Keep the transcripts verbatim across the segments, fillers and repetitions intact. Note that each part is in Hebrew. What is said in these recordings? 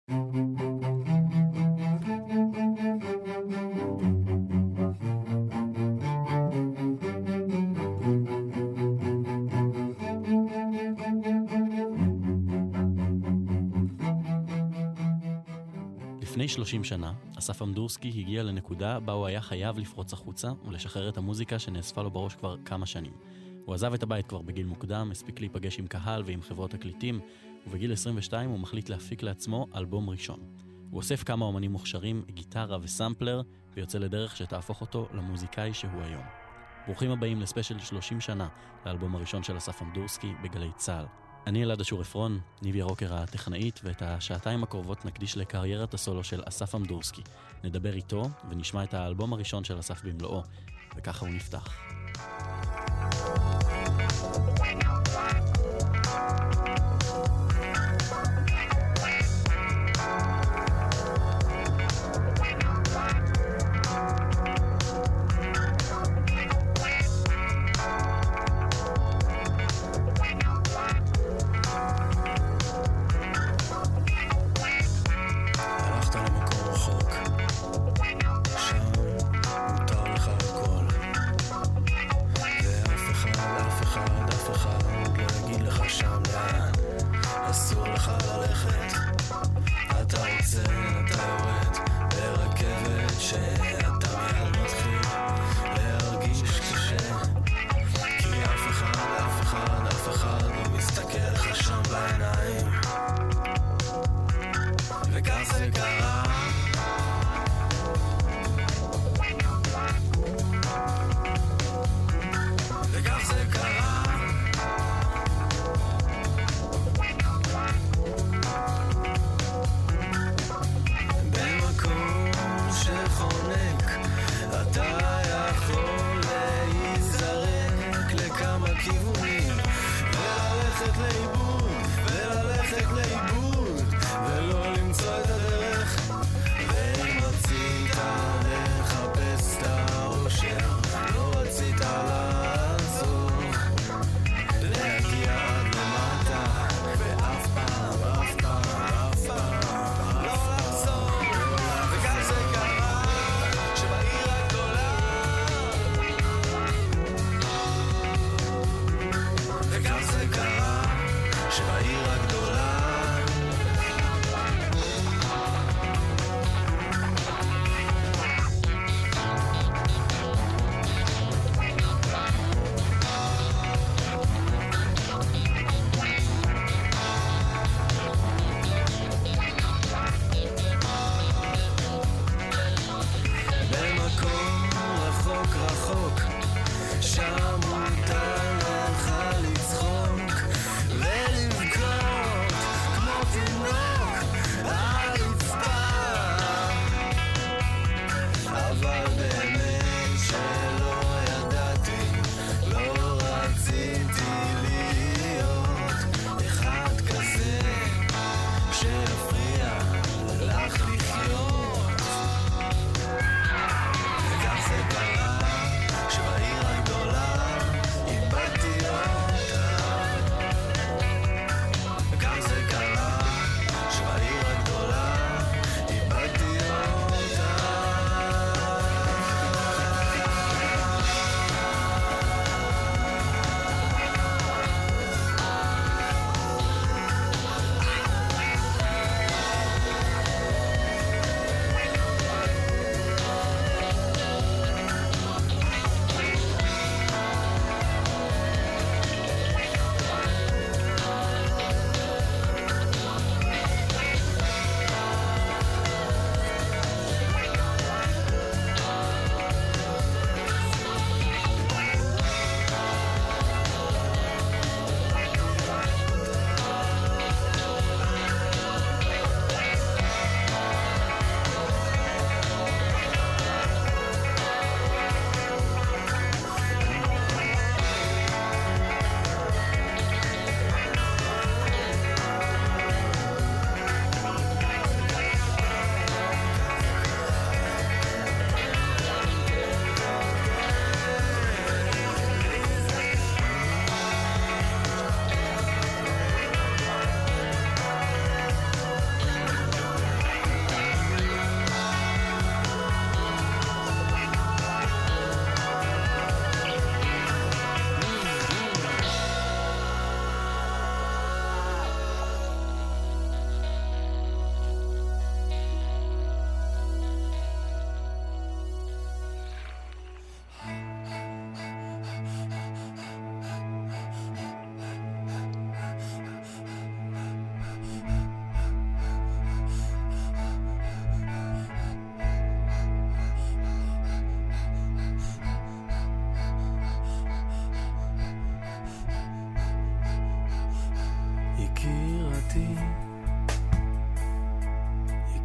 לפני שלושים שנה, אסף אמדורסקי הגיע לנקודה בה הוא היה חייב לפרוץ החוצה ולשחרר את המוזיקה שנאספה לו בראש כבר כמה שנים. הוא עזב את הבית כבר בגיל מוקדם, הספיק להיפגש עם קהל ועם חברות תקליטים, ובגיל עשרים ושתיים הוא מחליט להפיק לעצמו אלבום ראשון. הוא אוסף כמה אומנים מוכשרים, גיטרה וסמפלר, ויוצא לדרך שתהפוך אותו למוזיקאי שהוא היום. ברוכים הבאים לספיישל שלושים שנה לאלבום הראשון של אסף אמדורסקי בגלי צהל. אני אלעד אשור אפרון, ניב ירוקר הטכנאית, ואת השעתיים הקרובות נקדיש לקריירת הסולו של אסף אמדורסקי. נדבר איתו ונשמע את האלבום הראשון של אסף במלואו, וככה הוא נפתח. שם מותר לך הכל.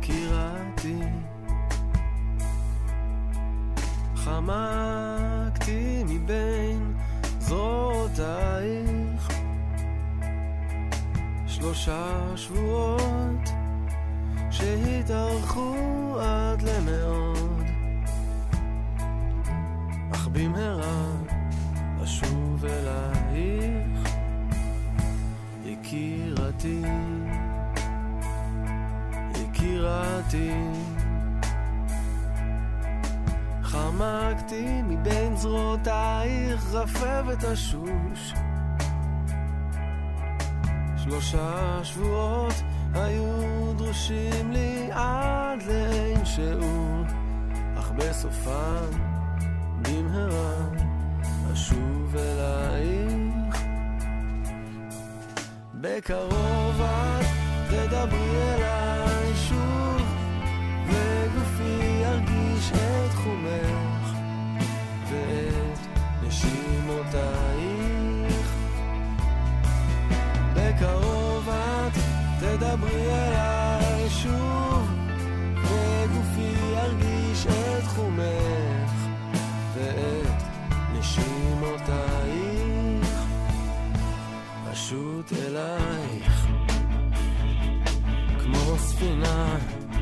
יקירתי, חמקתי מבין זרועותייך שלושה שבועות שהתארכו עד למאוד, אך במהרה אשוב אלייך יקירתי, יקירתי, חמקתי מבין זרועותייך רפה ותשוש, שלושה שבועות היו דרושים לי עד לאין שיעור, אך בסופן במהרה אשוב אלייך. בקרוב את תדברי אליי שוב, וגופי ירגיש את חומך ואת נשימותייך. בקרוב את תדברי אליי שוב, וגופי ירגיש את חומך ואת נשימותייך. פשוט אלייך כמו ספינה,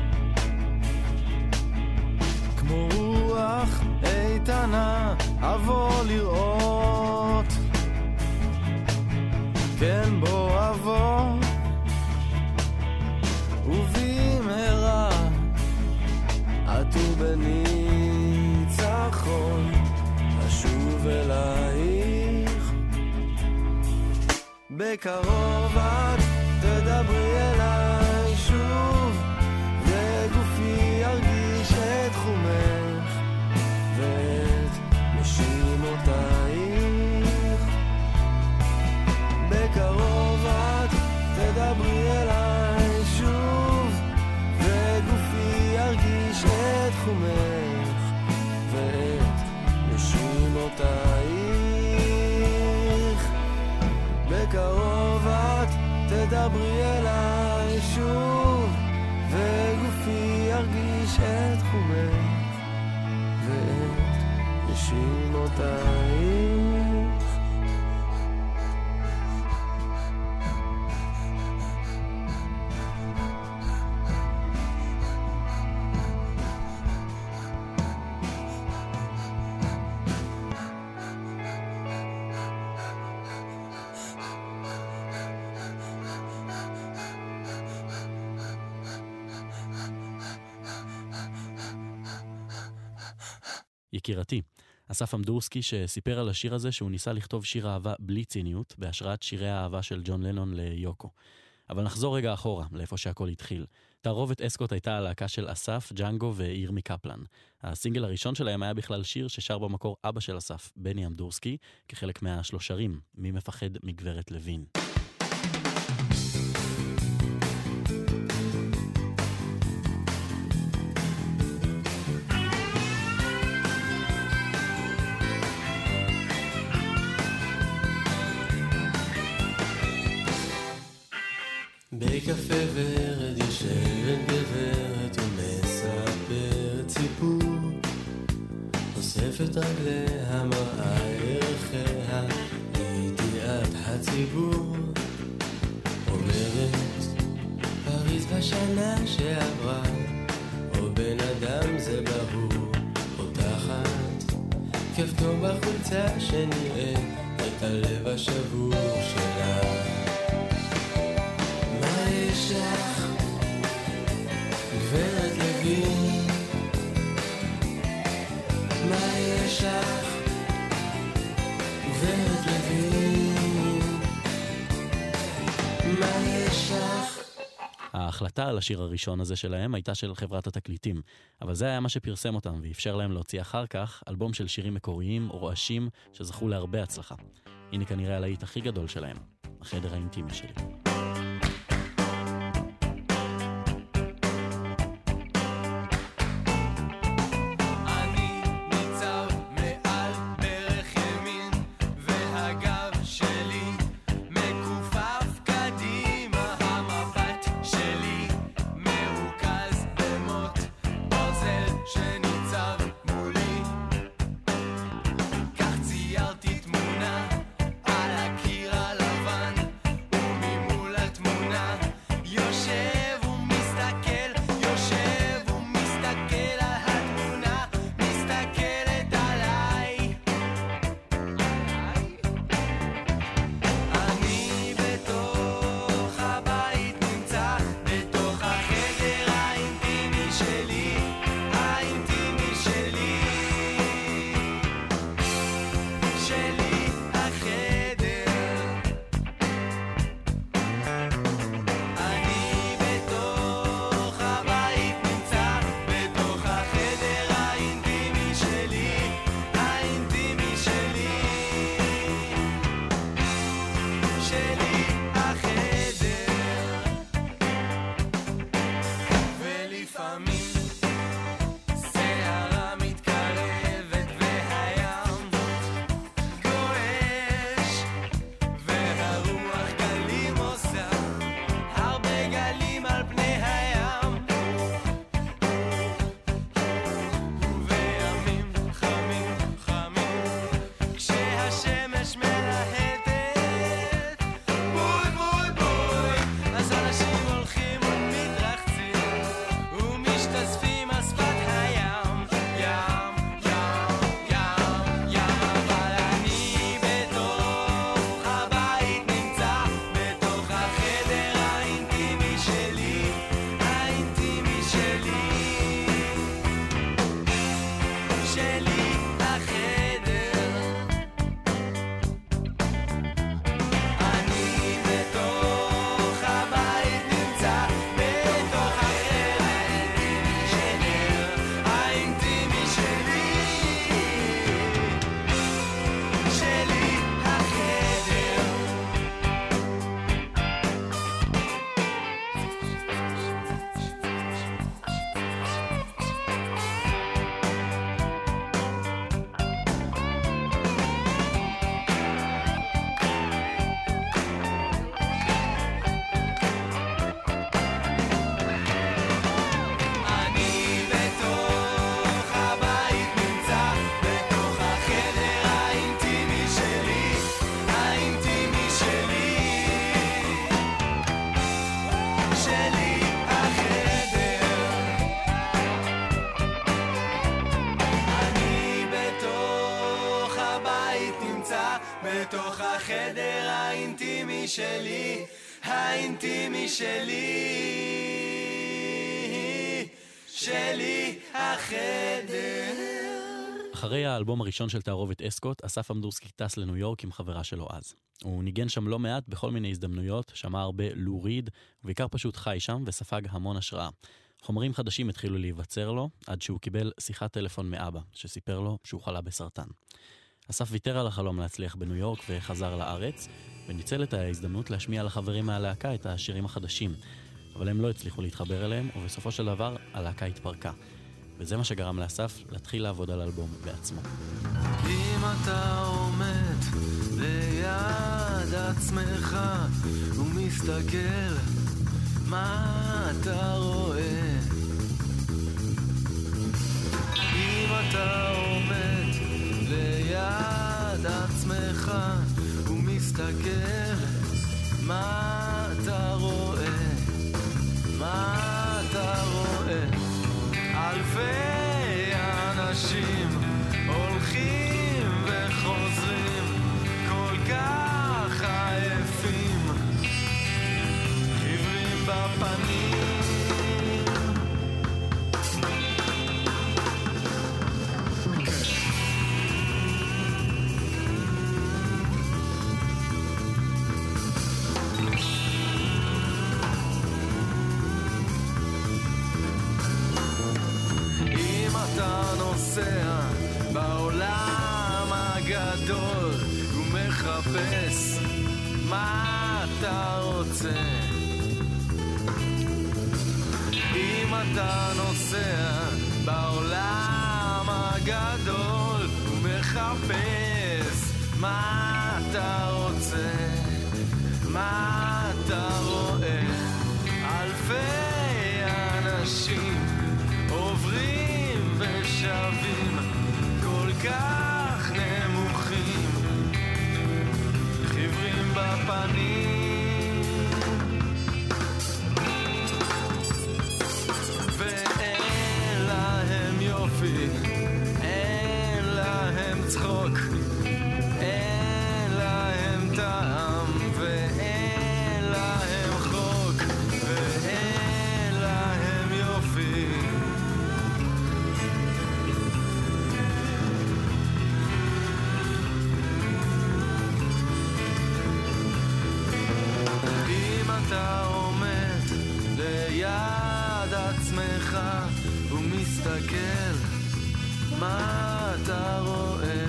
כמו רוח איתנה אבוא לראות, כן בוא אבוא ובמהרה עטו בניצחון אשוב אלייך. בקרוב את תדברי אליי שוב, וגופי ירגיש את חומך ואת נשימותייך. בקרוב את תדברי אליי שוב, וגופי ירגיש את חומך ואת נשימותייך. בקרוב את תדברי אליי שוב, וגופי ירגיש את חומך ואת נשימותייך. יקירתי, אסף אמדורסקי שסיפר על השיר הזה שהוא ניסה לכתוב שיר אהבה בלי ציניות, בהשראת שירי האהבה של ג'ון לנון ליוקו. אבל נחזור רגע אחורה, לאיפה שהכל התחיל. תערובת אסקוט הייתה הלהקה של אסף, ג'אנגו וירמי קפלן. הסינגל הראשון שלהם היה בכלל שיר ששר במקור אבא של אסף, בני אמדורסקי, כחלק מהשלושרים, מי מפחד מגברת לוין. בקפה ורד יושבת גברת ומספרת סיפור, אוספת רגליה מראה ערכיה לידיעת הציבור, אומרת פריז בשנה שעברה, או בן אדם זה ברור, פותחת כפתור בחולצה שנראה את הלב השבור שלה. יש לך גברת לוין, מה יש לך גברת לוין, מה יש לך? ההחלטה על השיר הראשון הזה שלהם הייתה של חברת התקליטים, אבל זה היה מה שפרסם אותם ואפשר להם להוציא אחר כך אלבום של שירים מקוריים או רועשים שזכו להרבה הצלחה. הנה כנראה הלהיט הכי גדול שלהם, החדר האינטימי שלי. מכופף קדימה, המבט שלי מרוכז בתוך החדר האינטימי שלי, האינטימי שלי, שלי החדר. אחרי האלבום הראשון של תערובת אסקוט, אסף אמדורסקי טס לניו יורק עם חברה שלו אז. הוא ניגן שם לא מעט בכל מיני הזדמנויות, שמע הרבה לו ריד, ובעיקר פשוט חי שם וספג המון השראה. חומרים חדשים התחילו להיווצר לו, עד שהוא קיבל שיחת טלפון מאבא, שסיפר לו שהוא חלה בסרטן. אסף ויתר על החלום להצליח בניו יורק וחזר לארץ, וניצל את ההזדמנות להשמיע לחברים מהלהקה את השירים החדשים. אבל הם לא הצליחו להתחבר אליהם, ובסופו של דבר הלהקה התפרקה. וזה מה שגרם לאסף להתחיל לעבוד על אלבום בעצמו. אם אתה עומד ליד עצמך ומסתכל, מה אתה רואה? אם אתה עומד ליד עצמך ומסתכל, מה אתה רואה? מה אתה רואה? אלפי אנשים הולכים וחוזרים, כל כך עייפים, חיוורים בפנים. בעולם הגדול ומחפש מה אתה רוצה. אם אתה נוסע בעולם הגדול ומחפש מה אתה רוצה, מה אתה רואה? אלפי אנשים עוברים ושבים, כל כך נמוכים, חיוורים בפנים, ואין להם יופי, אין להם צחוק, אין להם טעם, ואין להם חוק, ואין להם יופי. אתה עומד ליד עצמך ומסתכל, מה אתה רואה?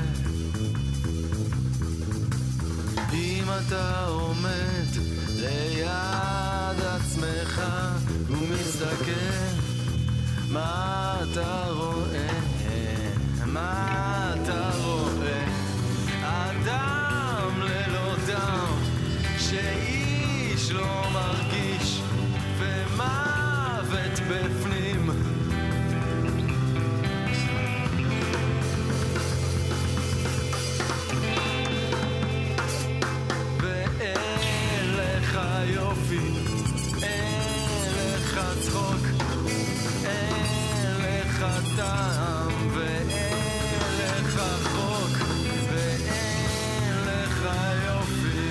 אם אתה עומד ליד עצמך ומסתכל, מה אתה רואה? מה אתה רואה? אדם ללא דם שאיש לא מרגיש, ומוות בפנים. ואין לך יופי, אין לך צחוק, אין לך טעם, ואין לך חוק, ואין לך יופי.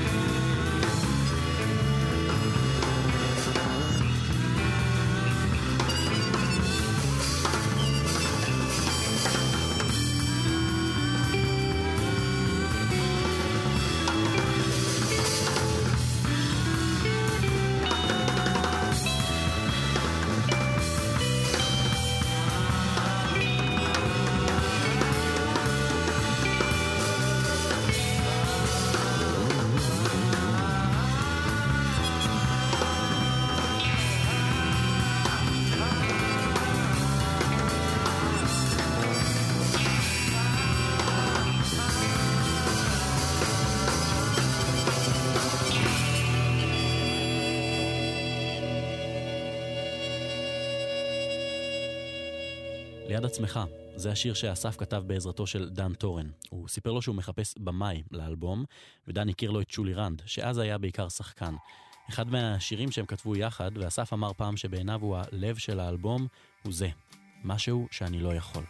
ליד עצמך, זה השיר שאסף כתב בעזרתו של דן טורן. הוא סיפר לו שהוא מחפש במאי לאלבום, ודן הכיר לו את שולי רנד, שאז היה בעיקר שחקן. אחד מהשירים שהם כתבו יחד, ואסף אמר פעם שבעיניו הוא הלב של האלבום, הוא זה, משהו שאני לא יכול.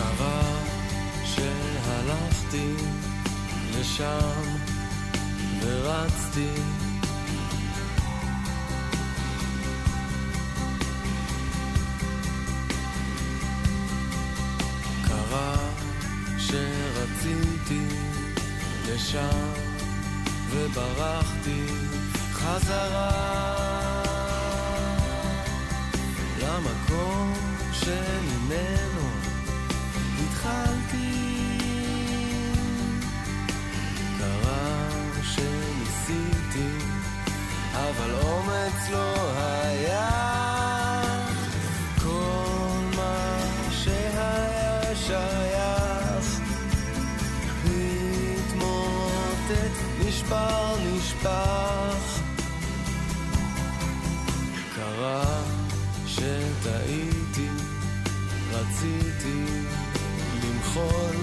קרה שהלכתי לשם ורצתי קרה שרציתי לשם וברחתי חזרה למקום שממנו התחלתי קרה שניסיתי אבל אומץ לא היה כל מה שהיה שייך התמוטט נשבר נשפך קרה שטעיתי רציתי למחול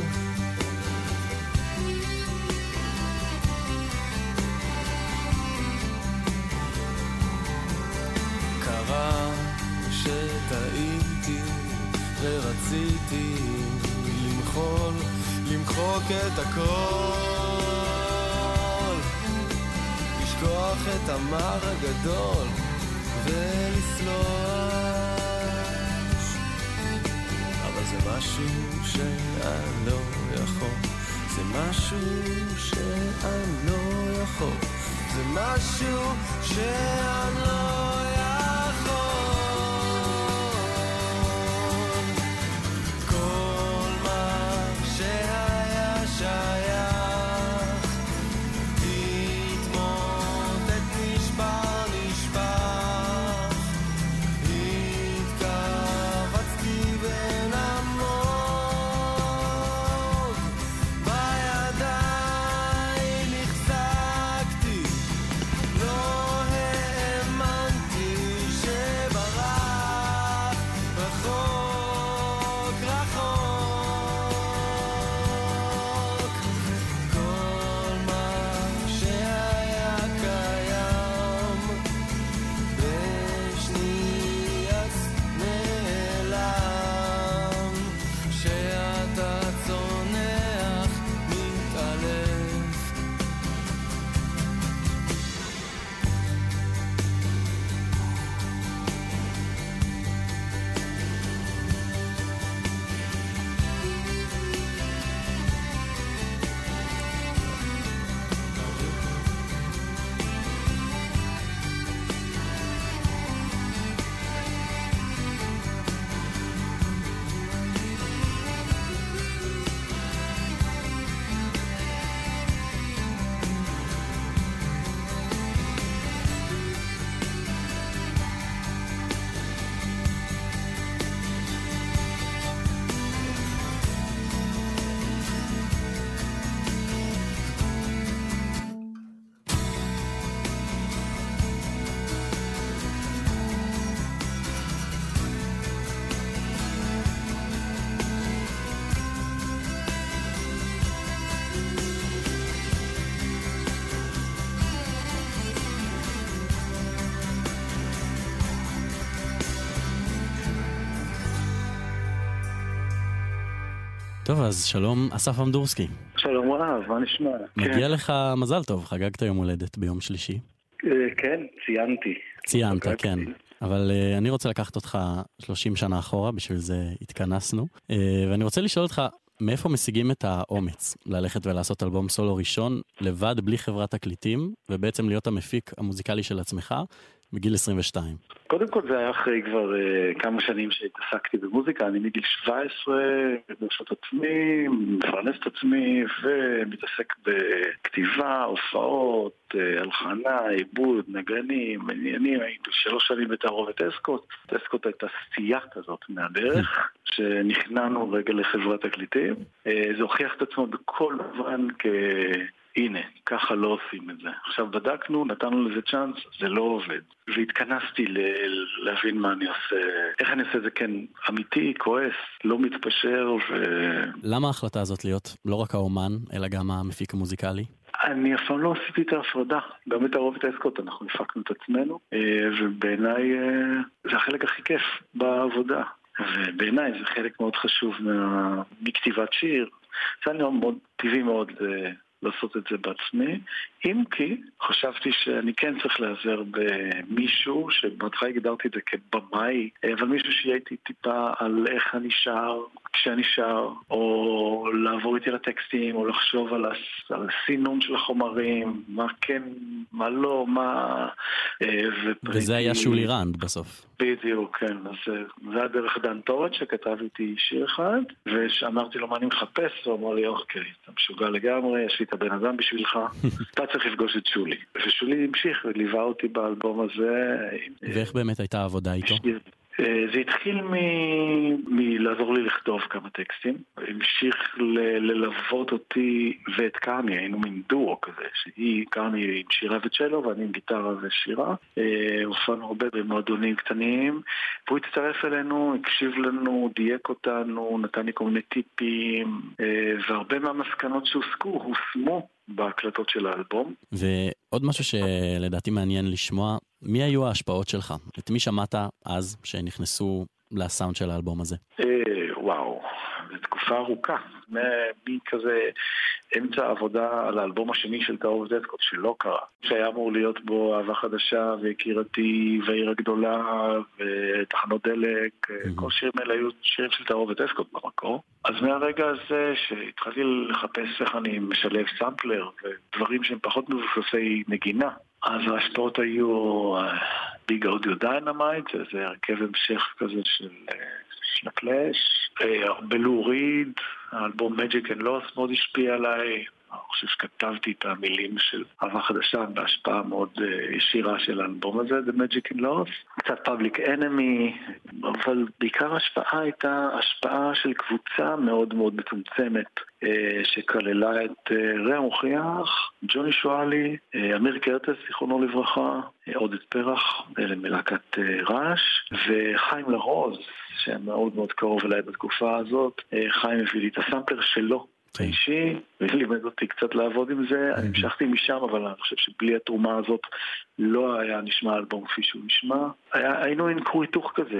קרה שטעיתי ורציתי למחול למחוק את הכל לשכוח את המר הגדול ולסלוח אבל זה משהו שאני לא יכול זה משהו שאני לא יכול זה משהו שאני לא יכול כל מה שהיה שייך התמוטט נשבר נשבר התכווצתי בין עמוק בידיים החזקתי לא האמנתי שברח רחוק רחוק כל מה שהיה קיים בשנייה נעלם שאתה צונח מתעלף טוב, אז שלום, אסף אמדורסקי. שלום רב, מה נשמע? מגיע לך מזל טוב, חגגת יום הולדת ביום שלישי. כן, ציינתי. ציינת, כן. אבל uh, אני רוצה לקחת אותך שלושים שנה אחורה, בשביל זה התכנסנו. Uh, ואני רוצה לשאול אותך, מאיפה משיגים את האומץ ללכת ולעשות אלבום סולו ראשון, לבד, בלי חברת תקליטים, ובעצם להיות המפיק המוזיקלי של עצמך, בגיל עשרים ושתיים? קודם כל זה היה אחרי כבר uh, כמה שנים שהתעסקתי במוזיקה, אני מגיל שבע עשרה, מרשות עצמי, מפרנס את עצמי, ומתעסק בכתיבה, הופעות, uh, הלחנה, עיבוד, נגנים, עניינים, הייתי שלוש שנים בתערובת אסקוט, אסקוט הייתה סטייה כזאת מהדרך, שנכנענו רגע לחברת תקליטים, uh, זה הוכיח את עצמו בכל מובן כ... הנה, ככה לא עושים את זה. עכשיו בדקנו, נתנו לזה צ'אנס, זה לא עובד. והתכנסתי ל- להבין מה אני עושה, איך אני עושה את זה כן אמיתי, כועס, לא מתפשר ו... למה ההחלטה הזאת להיות לא רק האומן, אלא גם המפיק המוזיקלי? אני אף פעם לא עשיתי את ההפרדה. גם את הרוב את העסקות אנחנו הפקנו את עצמנו, ובעיניי זה החלק הכי כיף בעבודה. ובעיניי זה חלק מאוד חשוב מכתיבת שיר. זה היה מאוד טבעי מאוד לעשות את זה בעצמי, אם כי חשבתי שאני כן צריך לעזר במישהו, שבהתחלה הגדרתי את זה כבמאי, אבל מישהו שיהיה איתי טיפה על איך אני שר, כשאני שר, או לעבור איתי לטקסטים, או לחשוב על, הס... על הסינון של החומרים, מה כן, מה לא, מה... ופריטי... וזה היה שולי רנד בסוף. בדיוק, כן. אז זה היה דרך דן טורת שכתב איתי שיר אחד, ואמרתי לו מה אני מחפש, הוא אמר לי, אוקיי, אתה משוגע לגמרי, יש לי את הבן אדם בשבילך, אתה צריך לפגוש את שולי. ושולי המשיך וליווה אותי באלבום הזה. ואיך באמת הייתה העבודה איתו? זה התחיל מלעזור לי לכתוב כמה טקסטים, המשיך ללוות אותי ואת קרני, היינו מין דואו כזה, שהיא קרני עם שירה וצ'לו ואני עם גיטרה ושירה, הופענו הרבה במועדונים קטנים, והוא הצטרף אלינו, הקשיב לנו, דייק אותנו, נתן לי כל מיני טיפים, והרבה מהמסקנות שהוסקו, הושמו בהקלטות של האלבום. ועוד משהו שלדעתי מעניין לשמוע, מי היו ההשפעות שלך? את מי שמעת אז שנכנסו לסאונד של האלבום הזה? וואו, זו תקופה ארוכה. מכזה אמצע העבודה על האלבום השני של טהור ודסקוט שלא קרה, שהיה אמור להיות בו אהבה חדשה ויקירתי והעיר הגדולה ותחנות דלק, כל שירים האלה היו שירים של טהור ודסקוט במקור. אז מהרגע הזה שהתחלתי לחפש איך אני משלב סמפלר ודברים שהם פחות מבוססי נגינה, אז ההשפעות היו ביג אודיו דיינמייט, זה הרכב המשך כזה של של הקלאש, הרבה להוריד, האלבום Magic and Loss מאוד השפיע עליי, אני חושב שכתבתי את המילים של אהבה חדשה בהשפעה מאוד ישירה של האלבום הזה, The Magic and Loss, קצת Public Enemy, אבל בעיקר ההשפעה הייתה השפעה של קבוצה מאוד מאוד מצומצמת, שכללה את רע מוכיח, ג'וני שואלי, אמיר קרטס, זיכרונו לברכה, עודד פרח, מלהקת רעש, וחיים לרוז, שמאוד מאוד קרוב אליי בתקופה הזאת. חיים הביא לי את הסמפלר שלו, האישי, ולימד אותי קצת לעבוד עם זה. אני המשכתי משם, אבל אני חושב שבלי התרומה הזאת לא היה נשמע אלבום כפי שהוא נשמע. היינו עם כור היתוך כזה,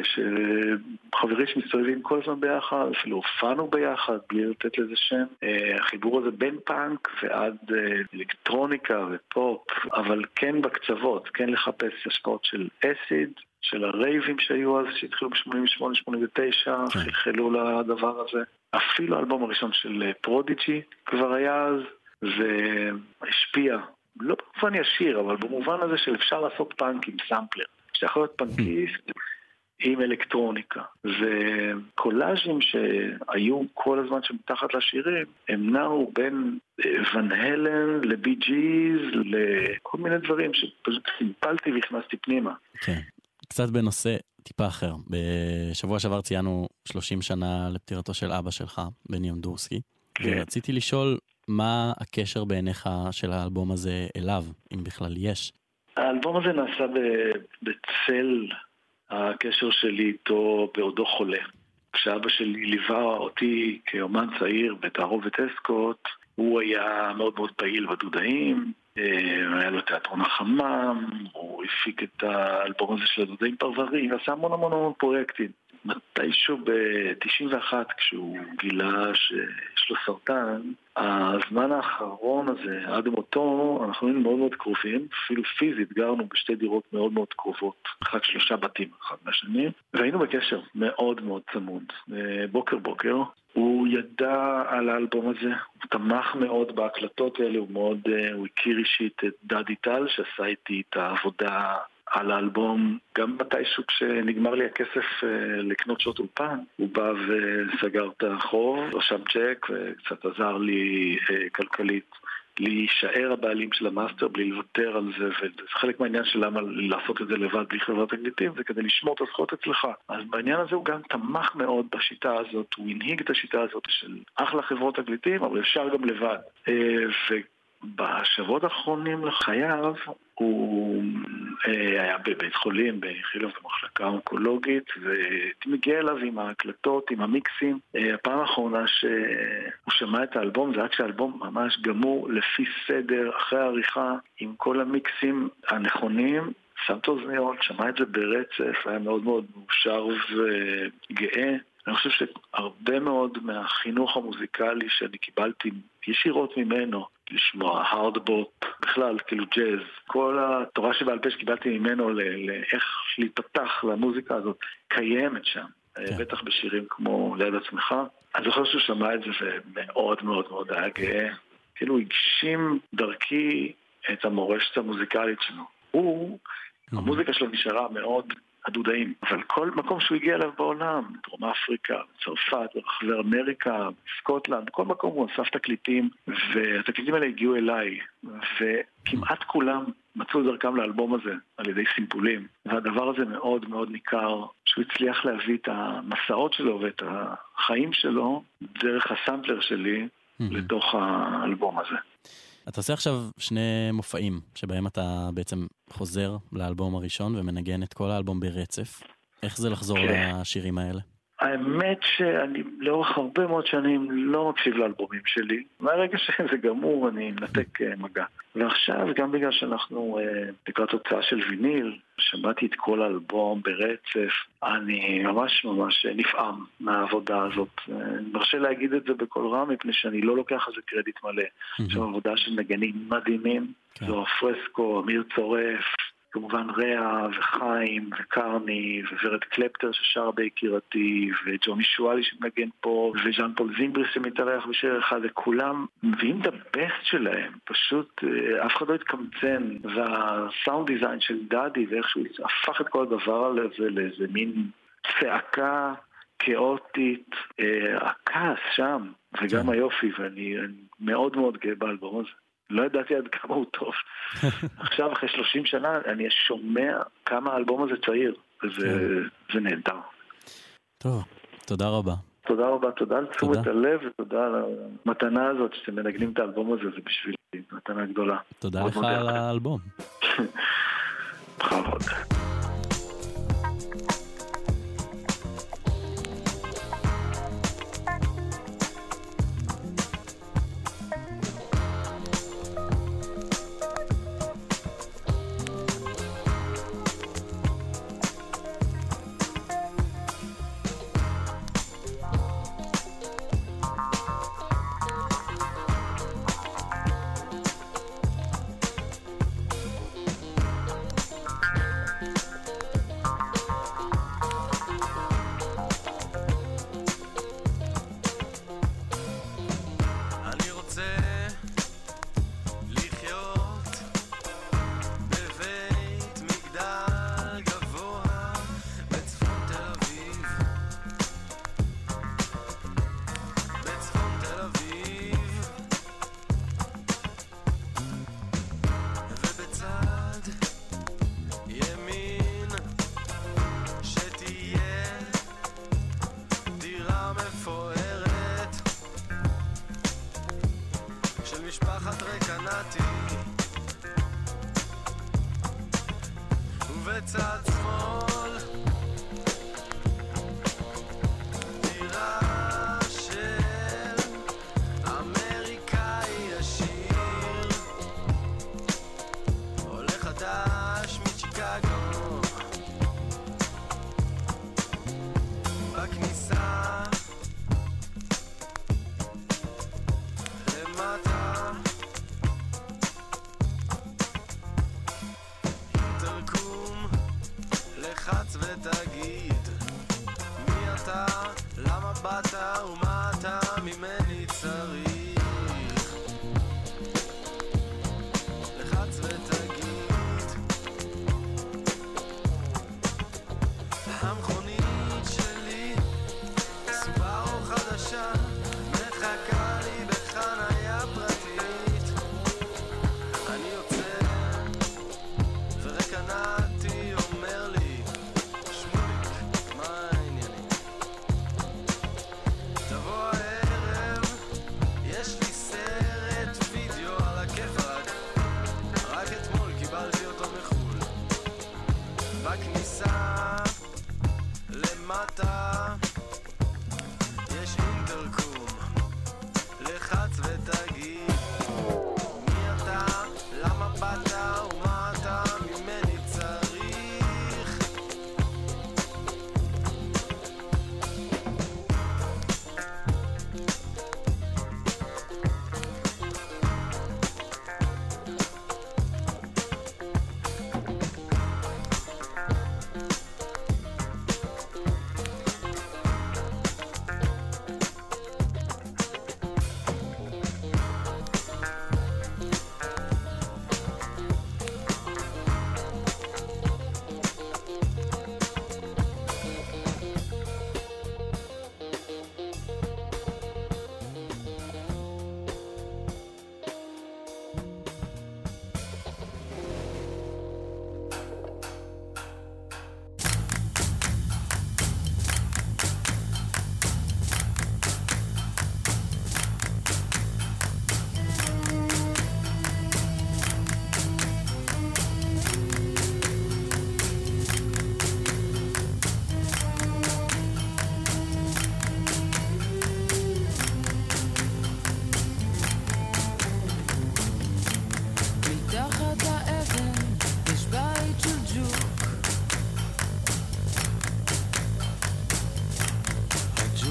שחברים שמסתובבים כל הזמן ביחד, אפילו הופענו ביחד, בלי לתת לזה שם. החיבור הזה בין פאנק ועד אלקטרוניקה ופופ, אבל כן בקצוות, כן לחפש השפעות של אסיד, של הרייבים שהיו אז, שהתחילו ב-שמונים ושמונה שמונים ותשע, חלחלו לדבר הזה. אפילו האלבום הראשון של פרודיג'י כבר היה אז, והשפיע, לא במובן ישיר, אבל במובן הזה שאפשר לעשות פאנק עם סמפלר. שיכול להיות פאנקיסט עם אלקטרוניקה. וקולאז'ים שהיו כל הזמן שמתחת לשירים, הם נעו בין ון הלן לבי ג'יז, לכל מיני דברים שפשוט סימפלתי והכנסתי פנימה. כן. קצת בנושא טיפה אחר. בשבוע שעבר ציינו שלושים שנה לפטירתו של אבא שלך, בני אמדורסקי, ורציתי לשאול מה הקשר בעיניך של האלבום הזה אליו, אם בכלל יש. האלבום הזה נעשה בצל הקשר שלי איתו בעודו חולה. כשאבא שלי ליווה אותי כאומן צעיר בתערובת אסקוט, הוא היה מאוד מאוד פעיל בדודאים, היה לו תיאטרון החמם, הוא הפיק את האלבום הזה של הדודאים פרברים, עשה המון המון המון פרויקטים. מתישהו ב-תשעים ואחת, כשהוא גילה שיש לו סרטן, הזמן האחרון הזה, עד מותו, אנחנו היינו מאוד מאוד קרובים, אפילו פיזית גרנו בשתי דירות מאוד מאוד קרובות, רק שלושה בתים אחד מהשני, והיינו בקשר מאוד מאוד צמוד, בוקר בוקר. הוא ידע על האלבום הזה, הוא תמך מאוד בהקלטות האלה, הוא מאוד, הוא הכיר אישית את דדי טל, שעשה איתי את העבודה על האלבום, גם מתישהו כשנגמר לי הכסף לקנות שעות אולפן, הוא בא וסגר את החוב, רשם צ'ק וקצת עזר לי כלכלית להישאר הבעלים של המאסטר בלי לוותר על זה, וזה חלק מהעניין של למה לעשות את זה לבד בלי חברת תקליטים, זה כדי לשמור את הזכויות אצלך. אז בעניין הזה הוא גם תמך מאוד בשיטה הזאת, הוא הנהיג את השיטה הזאת של אחלה חברות תקליטים, אבל אפשר גם לבד. ובשבועות האחרונים לחייו, הוא היה בבית חולים, באיכילוב במחלקה אונקולוגית, ומגיע אליו עם ההקלטות, עם המיקסים. הפעם האחרונה שהוא שמע את האלבום, זה היה כשהאלבום ממש גמור לפי סדר, אחרי העריכה, עם כל המיקסים הנכונים, שם את האוזניות, שמע את זה ברצף, היה מאוד מאוד מאושר וגאה. אני חושב שהרבה מאוד מהחינוך המוזיקלי שאני קיבלתי ישירות ממנו, לשמוע הארדבופ, בכלל, כאילו ג'אז, כל התורה שבעל פה שקיבלתי ממנו לאיך להיפתח למוזיקה הזאת, קיימת שם, כן. בטח בשירים כמו ליד עצמך. אני זוכר שהוא שמע את זה ומאוד מאוד מאוד היה גאה, כאילו הגשים דרכי את המורשת המוזיקלית שלו. הוא, mm-hmm. המוזיקה שלו נשארה מאוד הדודאים, אבל כל מקום שהוא הגיע אליו בעולם, דרום אפריקה, צרפת, ברחבי אמריקה, סקוטלנד, כל מקום הוא אסף תקליטים, והתקליטים האלה הגיעו אליי, וכמעט כולם מצאו דרכם לאלבום הזה על ידי סימפולים, והדבר הזה מאוד מאוד ניכר, שהוא הצליח להביא את המסעות שלו ואת החיים שלו דרך הסמפלר שלי mm-hmm. לתוך האלבום הזה. אתה עושה עכשיו שני מופעים שבהם אתה בעצם חוזר לאלבום הראשון ומנגן את כל האלבום ברצף. איך זה לחזור okay. לשירים האלה? האמת שאני לאורך הרבה מאוד שנים לא מקשיב לאלבומים שלי. מהרגע שזה גמור אני מנתק מגע. ועכשיו גם בגלל שאנחנו לקראת הוצאה של ויניל, שמעתי את כל האלבום ברצף, אני ממש ממש נפעם מהעבודה הזאת. אני מרשה להגיד את זה בכל רם, מפני שאני לא לוקח על זה קרדיט מלא. יש עבודה של נגנים מדהימים, זו הפרסקו, אמיר צורף, כמובן ריאה וחיים וקרני וורד קלפטר ששר ביקירתי וג'וני שואלי שמנגן פה וז'אן פול זימבריס שמתארח בשיר אחד, וכולם מביאים את הבסט שלהם, פשוט אף אחד לא התקמצן, והסאונד דיזיין של דאדי ואיכשהו הפך את כל הדבר הזה לאיזה מין צעקה כאוטית, הכעס שם וגם היופי, ואני מאוד מאוד גאה באלבום הזה. לא ידעתי עד כמה הוא טוב. עכשיו, אחרי שלושים שנה, אני שומע כמה האלבום הזה צעיר, וזה זה נהדר. טוב, תודה רבה. תודה רבה, תודה על תשומת הלב, ותודה על המתנה הזאת שאתם מנגנים את האלבום הזה, זה בשבילי מתנה גדולה. תודה לך על האלבום. בכבוד. ובצד שמאל דירה של אמריקאי עשיר, עולה חדש מצ'יקגו, בכניסה למטה תרקום, לחץ ותגיד מי אתה, למה באת ומה אתה ממני צריך. לחץ ותגיד המכונית שלי סובארו חדשה מחכה לי בחניה פרטית. אני יוצא ורק ענתי אומר לי שמוליק מה העניינים, תבוא הערב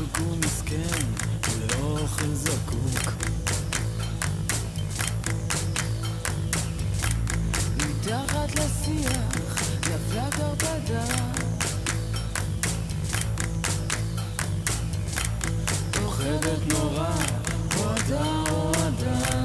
דפוק ומסכן ולאוכל זקוק. מתחת לשיח נפלה קרפדה, פוחדת נורא הועדה הועדה.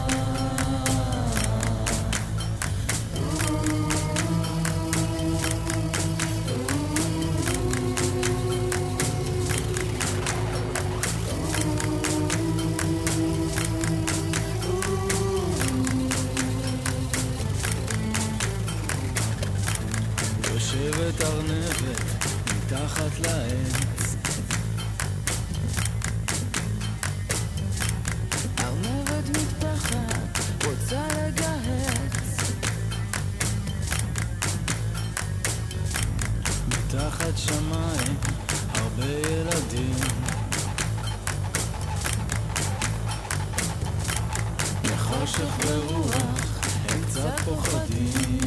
יושבת ארנבת מתחת לעץ, ארנבת מתפחת רוצה לגהץ, מתחת שמיים הרבה ילדים, מחושך ורוח הם קצת פוחדים.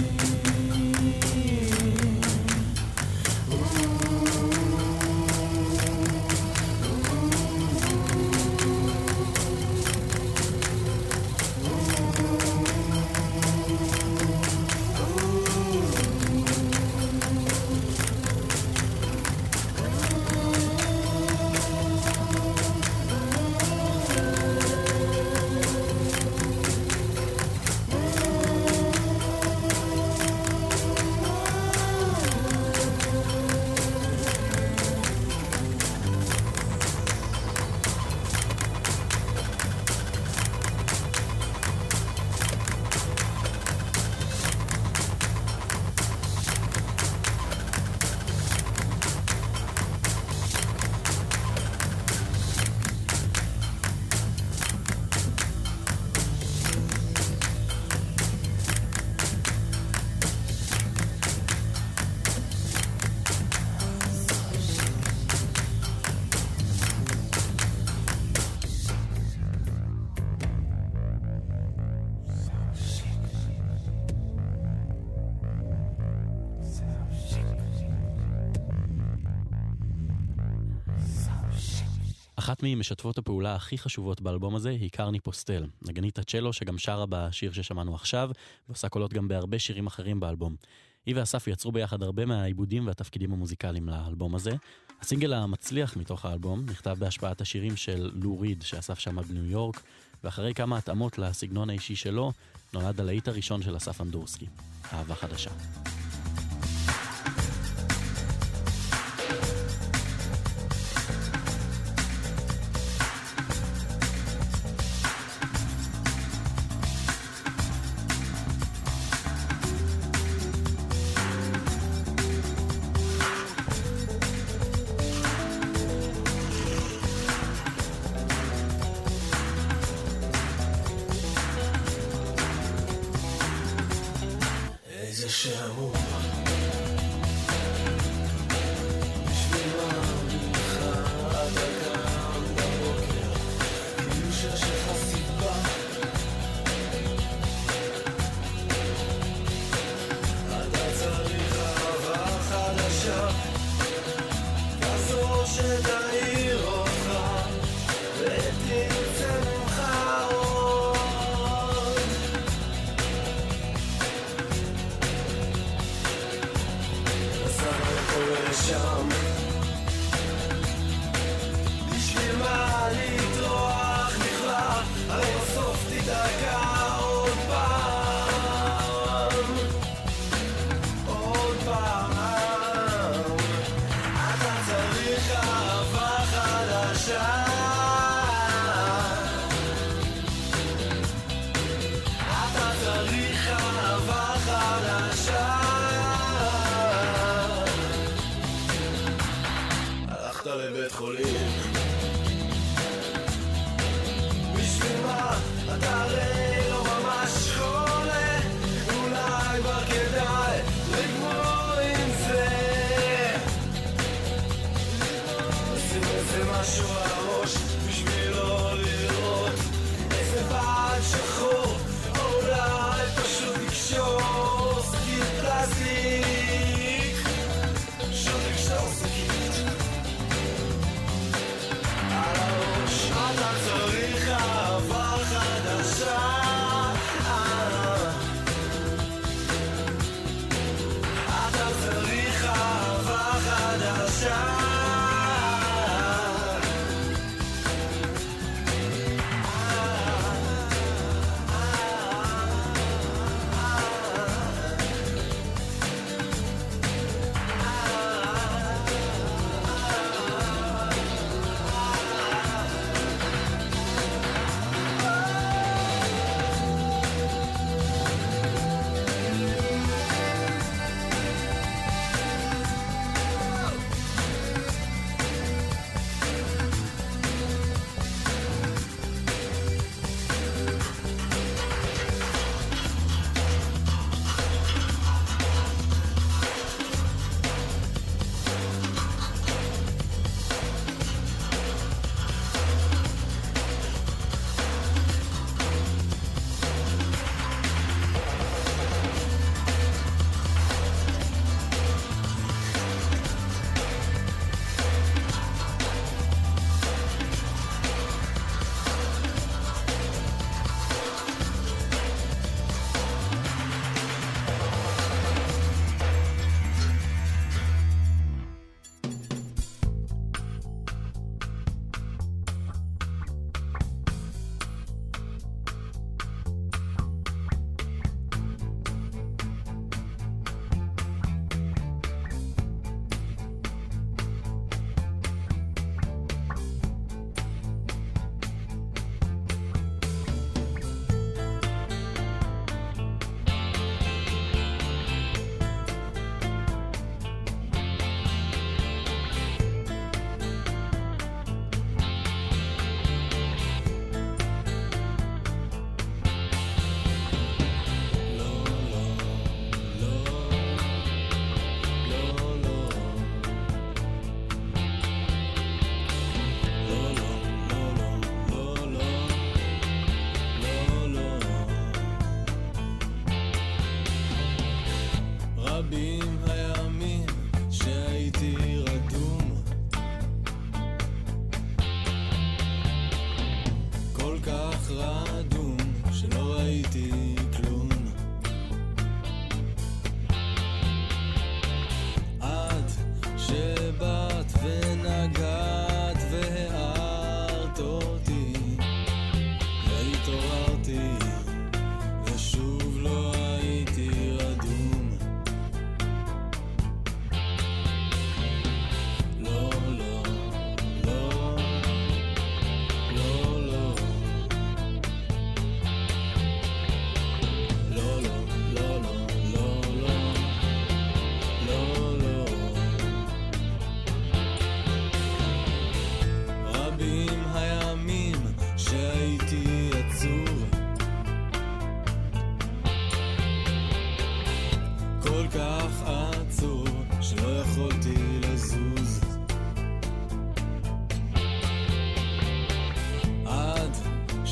אחת ממשתפות הפעולה הכי חשובות באלבום הזה היא קרני פוסטל, נגנית הצ'לו שגם שרה בשיר ששמענו עכשיו, ועושה קולות גם בהרבה שירים אחרים באלבום. היא ואסף יצרו ביחד הרבה מהעיבודים והתפקידים המוזיקליים לאלבום הזה. הסינגל המצליח מתוך האלבום נכתב בהשפעת השירים של לו ריד שאסף שמה בניו יורק, ואחרי כמה התאמות לסגנון האישי שלו, נולד הלהיט הראשון של אסף אמדורסקי, אהבה חדשה.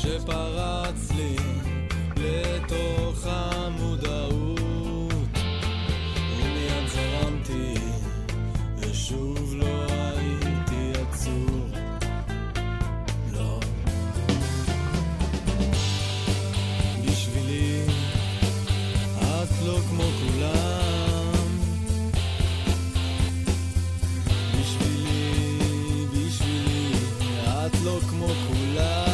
שפרץ לי לתוך המודעות, ומיד זרמתי ושוב לא הייתי עצור. לא, בשבילי את לא כמו כולם, בשבילי, בשבילי את לא כמו כולם.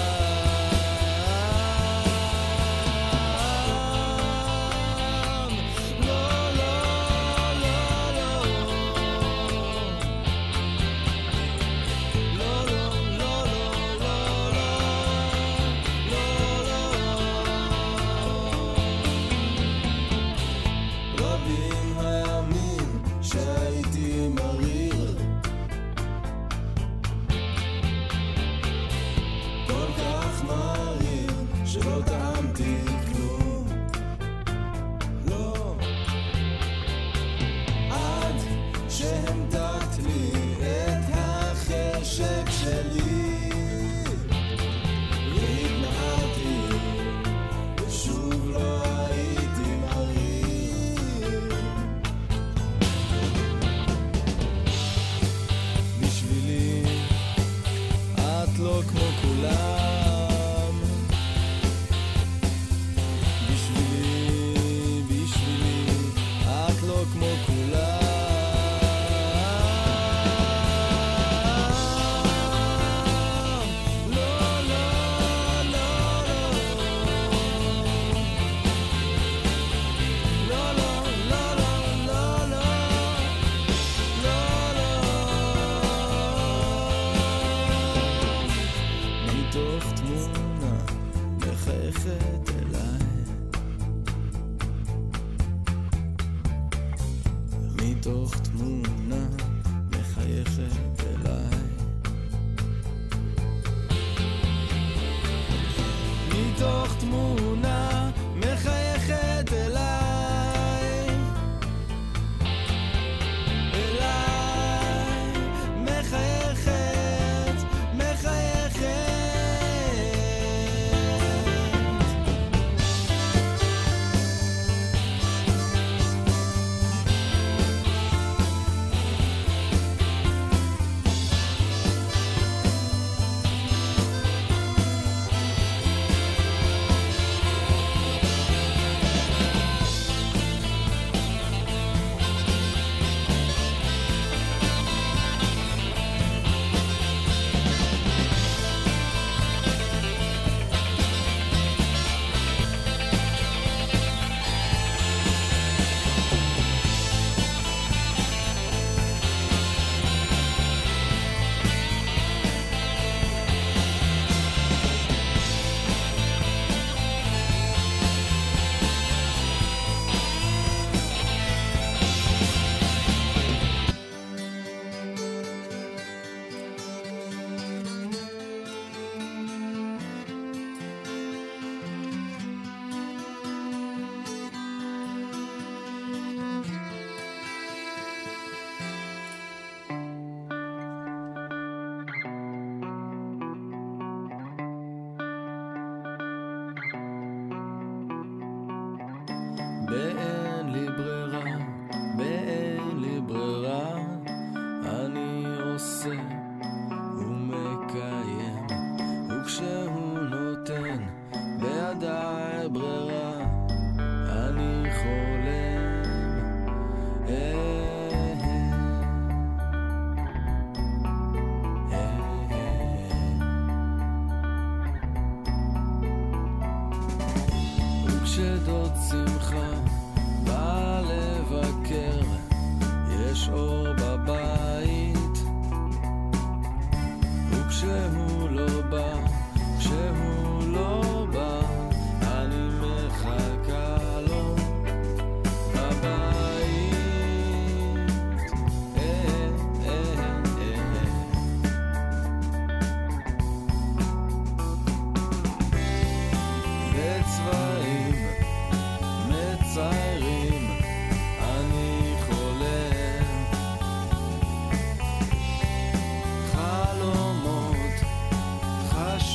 באין לי ברירה, באין לי ברירה, אני עושה ומקיים, וכשהוא נותן בידיי ברירה, אני חולם. אה, אה, אה. וכשדוד שמחה בא לבקר, יש אור בבית, וכשהוא לא בא, כשהוא לא בא, אני מחכה לו בבית. אה, אה, אה. בצבעים מציירים אני חולם, חלומות חש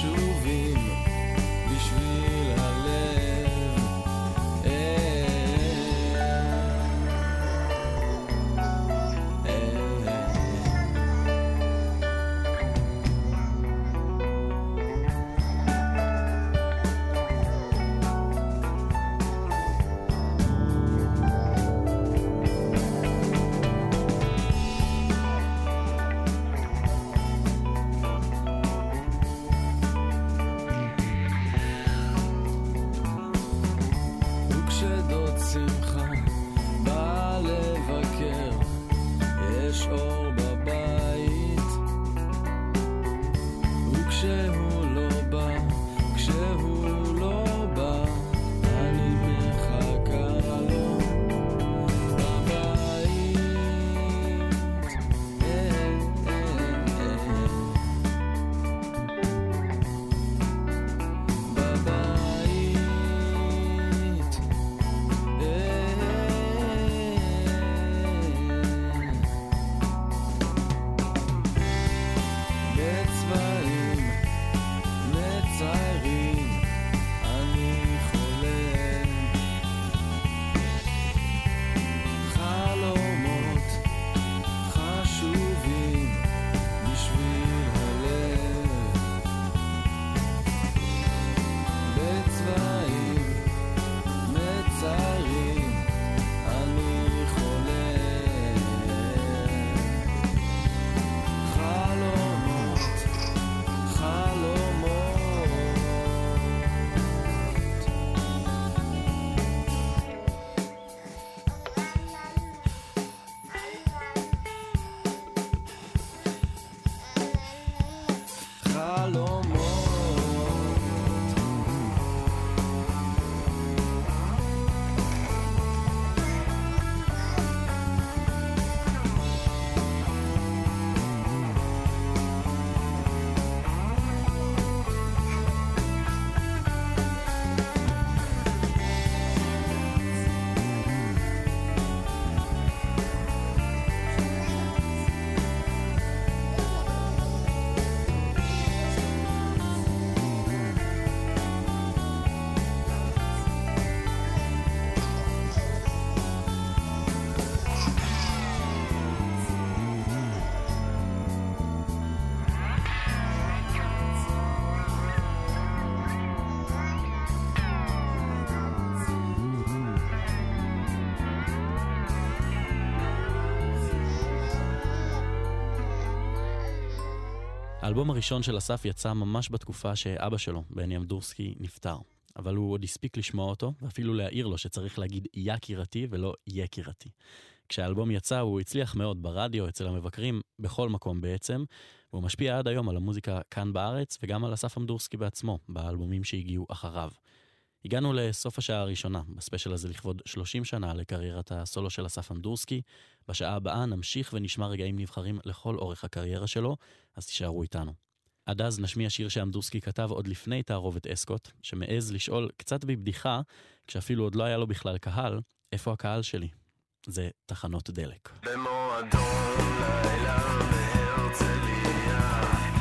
חלומות. האלבום הראשון של אסף יצא ממש בתקופה שאבא שלו, בני אמדורסקי, נפטר. אבל הוא עוד הספיק לשמוע אותו, ואפילו להעיר לו שצריך להגיד יקירתי ולא יקירתי. כשהאלבום יצא הוא הצליח מאוד ברדיו, אצל המבקרים, בכל מקום בעצם, והוא משפיע עד היום על המוזיקה כאן בארץ, וגם על אסף אמדורסקי בעצמו, באלבומים שהגיעו אחריו. הגענו לסוף השעה הראשונה, בספיישל הזה לכבוד שלושים שנה לקריירת הסולו של אסף אמדורסקי. בשעה הבאה נמשיך ונשמע רגעים נבחרים לכל אורך הקריירה שלו, אז תישארו איתנו. עד אז נשמיע שיר שאמדורסקי כתב עוד לפני תערובת אסקוט, שמעז לשאול קצת בבדיחה, כשאפילו עוד לא היה לו בכלל קהל, איפה הקהל שלי? זה תחנות דלק. במועדון לילה בהרצליה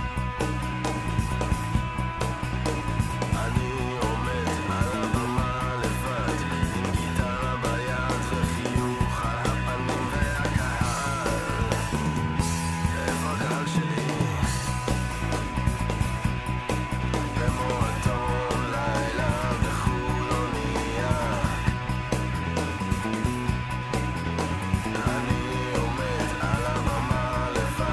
אני עומד על הבמה לבד עם גיטרה ביד וחיוך על הפנים והקהל. איפה הקהל שלי? במועדון לילה בחולוניה אני עומד על הבמה לבד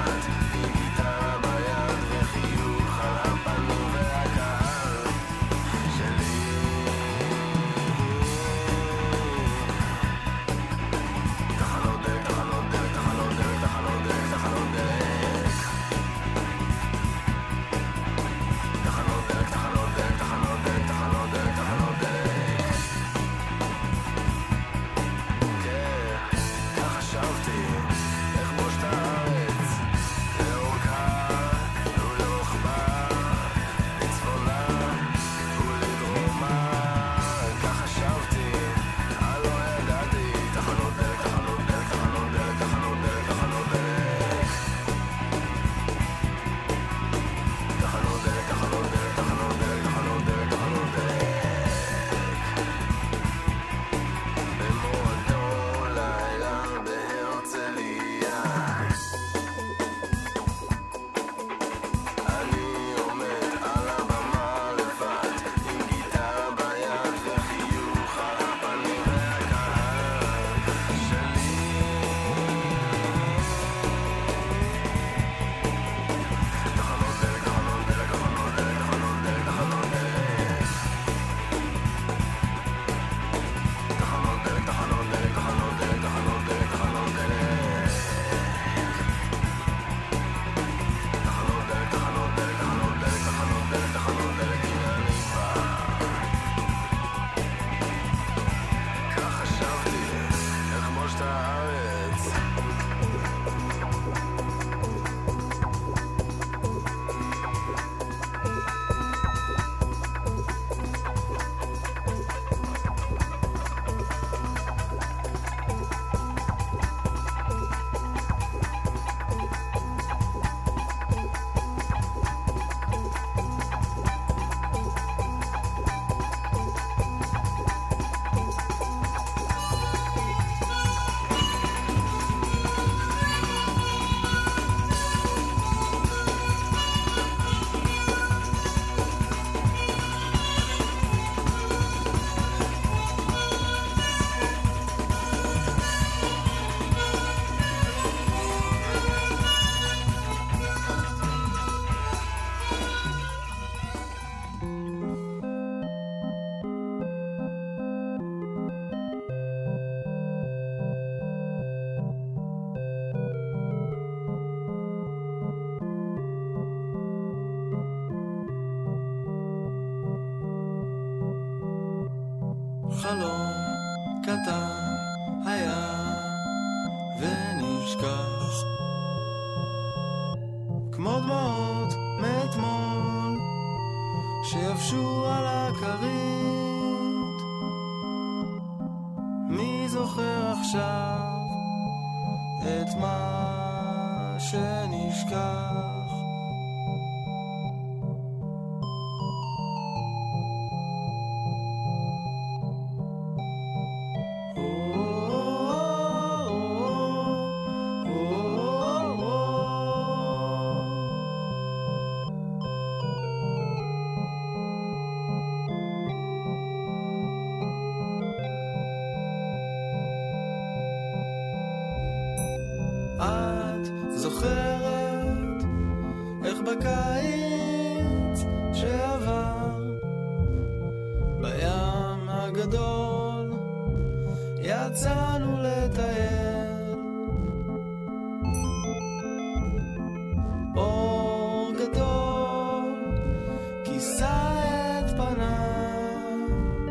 יבשו על הכרית. מי זוכר עכשיו את מה שנשכח? בקיץ שעבר בים הגדול יצאנו לטייל, אור גדול כיסה את פניי,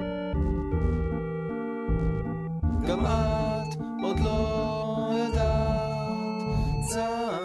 גם את עוד לא ידעת צער.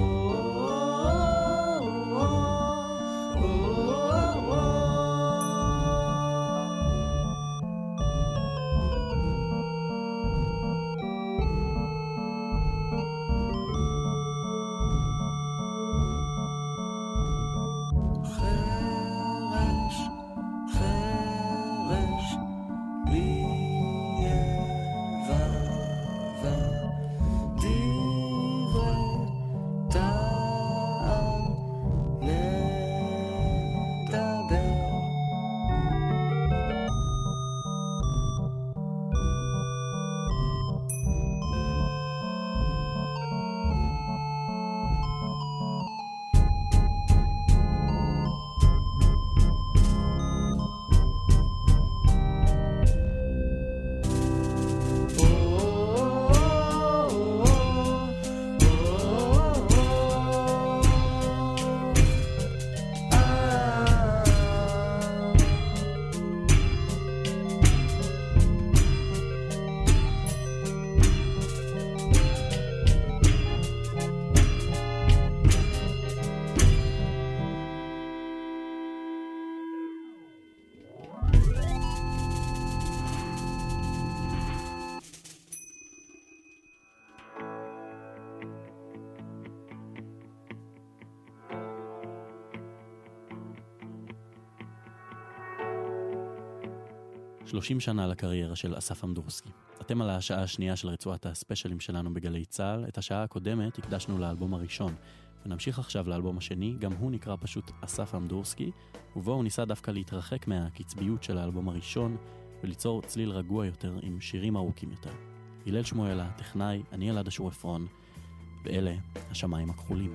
שלושים שנה לקריירה של אסף אמדורסקי. אתם על השעה השנייה של רצועת הספיישלים שלנו בגלי צהל. את השעה הקודמת הקדשנו לאלבום הראשון, ונמשיך עכשיו לאלבום השני, גם הוא נקרא פשוט אסף אמדורסקי, ובו הוא ניסה דווקא להתרחק מהקצביות של האלבום הראשון, וליצור צליל רגוע יותר עם שירים ארוכים יותר. הלל שמואל הטכנאי, אני אלעד אשור עפרון, ואלה השמיים הכחולים.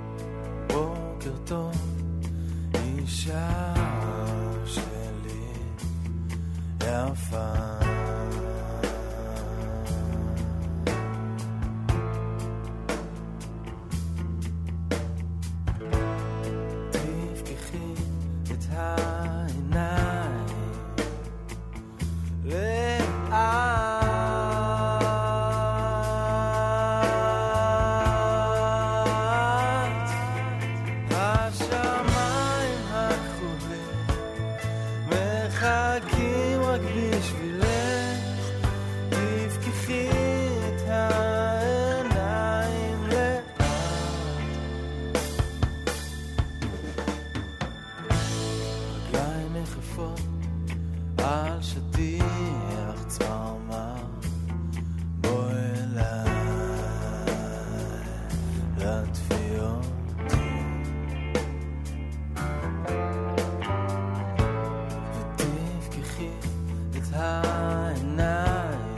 בוקר טוב, אישה שלי יפה, תפקחי את העיניים לאט, השמיים הכחולים מחכים רק בשבילך, תפקחי את העיניים לאט, רגליים יחפות על שטיח צמרמר, בוא אליי לטפי אותי ותפקחי את העיניים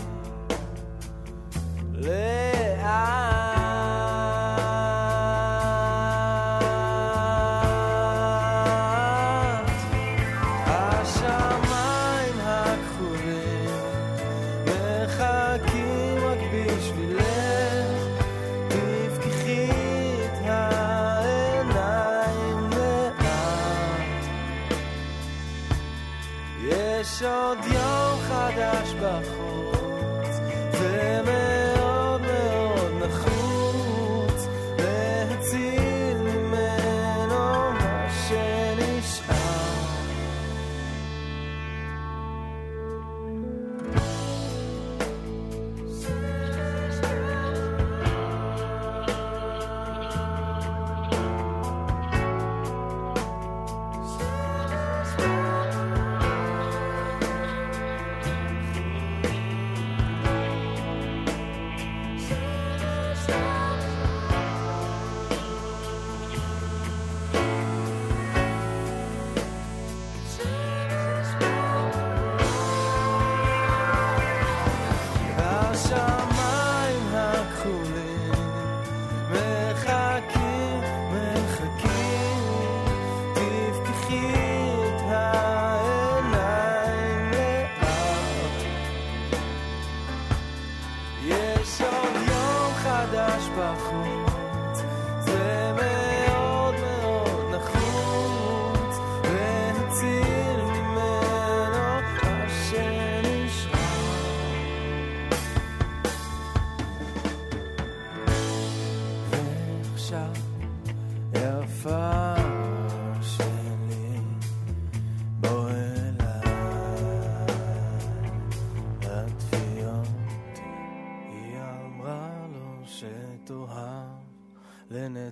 לאט, השמיים הכחולים מחכים רק בשבילך, תפקחי את העיניים לאט, יש עוד יום חדש בחוץ, זה מאוד מאוד נחוץ להציל ממנו מה שנשאר,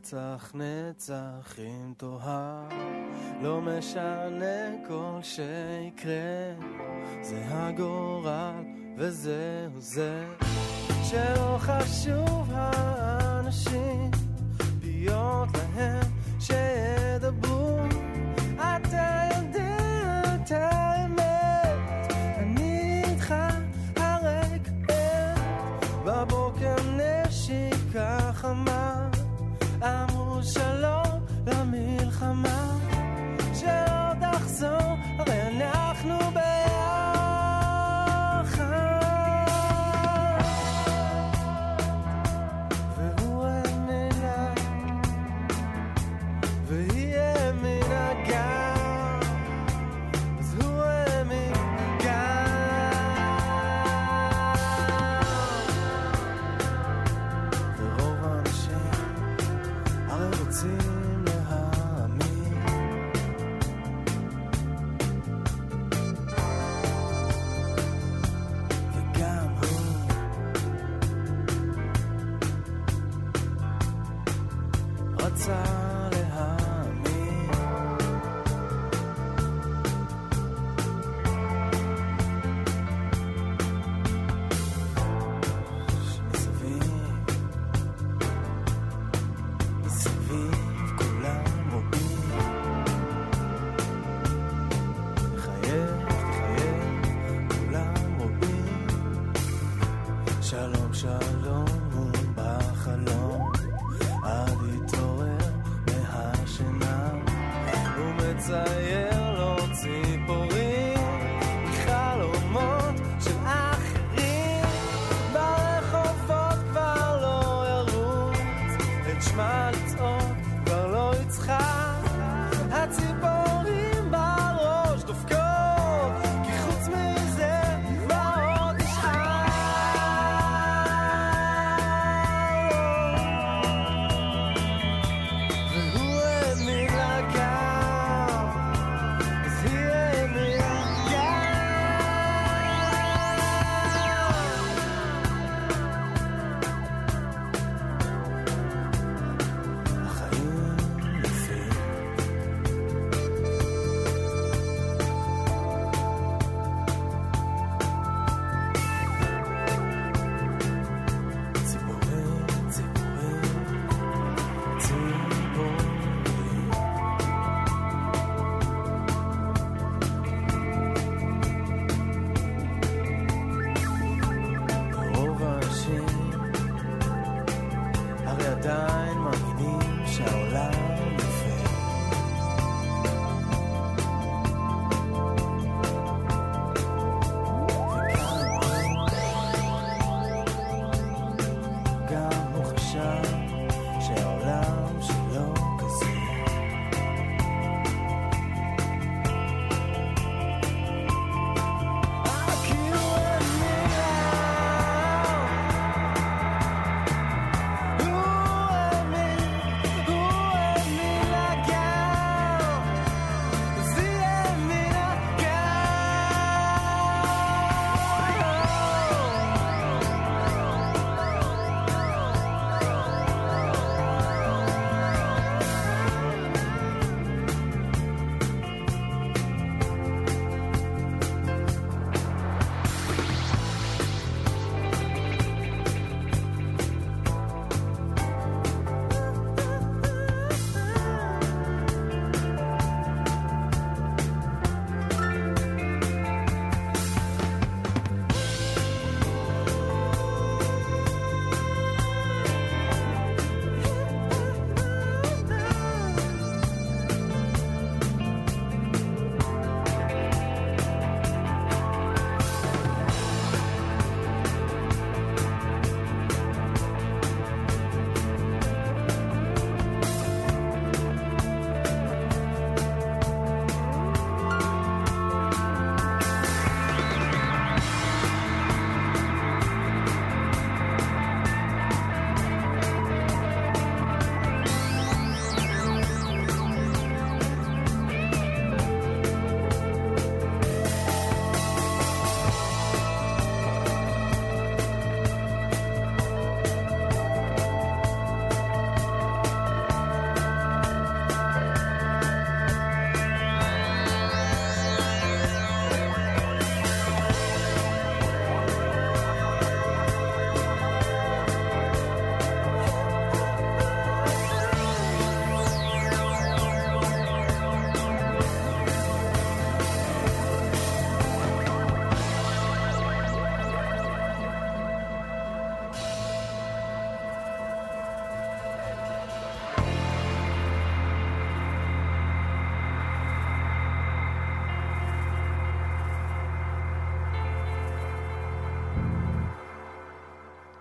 נצח נצחים תוהה, לא משנה כל שיקרה, זה הגורל וזהו זה, שלא חשוב האנשים, פיות להם שידברו, אתה יודע את האמת, אני איתך הרק עת, בבוקר נשיקה חמה, אמרו שלום למלחמה, שלא תחזור, הרי אנחנו ביחד, והוא האמינה והיא האמינה גם, אז הוא האמין גם, ורוב האנשים הרי רוצים להאמין, וגם הוא רצה להאמין, שמסביב מסביב כולם רואים, לחייך לחייך כולם רואים, שלום שלום בחלום, אל יתעורר מהשינה, הוא מצייר לו ציפורים מחלומות של אחרים, ברחובות כבר לא ירוץ, את שמה לצעוק כבר לא יצחק, הציפורים בראש דופקות, כי חוץ מזה מה עוד נשאר, והוא האמין לה גם,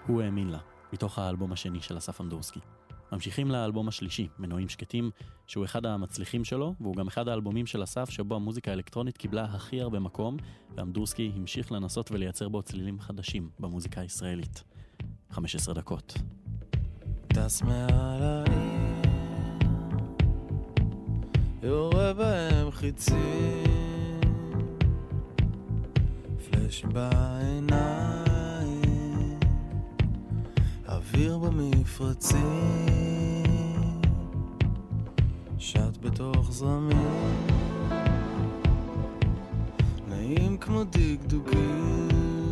הוא האמין לה, מתוך האלבום השני של אסף אמדורסקי. ממשיכים לאלבום השלישי, מנועים שקטים, שהוא אחד המצליחים שלו, והוא גם אחד האלבומים של אסף שבו המוזיקה האלקטרונית קיבלה הכי הרבה מקום, ואמדורסקי המשיך לנסות ולייצר בו צלילים חדשים במוזיקה הישראלית. חמש עשרה דקות. טס מעל העיר, יורה בהם חיצים, פלש בעיניים, אוויר במפרצים, שט בתוך זרמים, נעים כמו דגדוגים,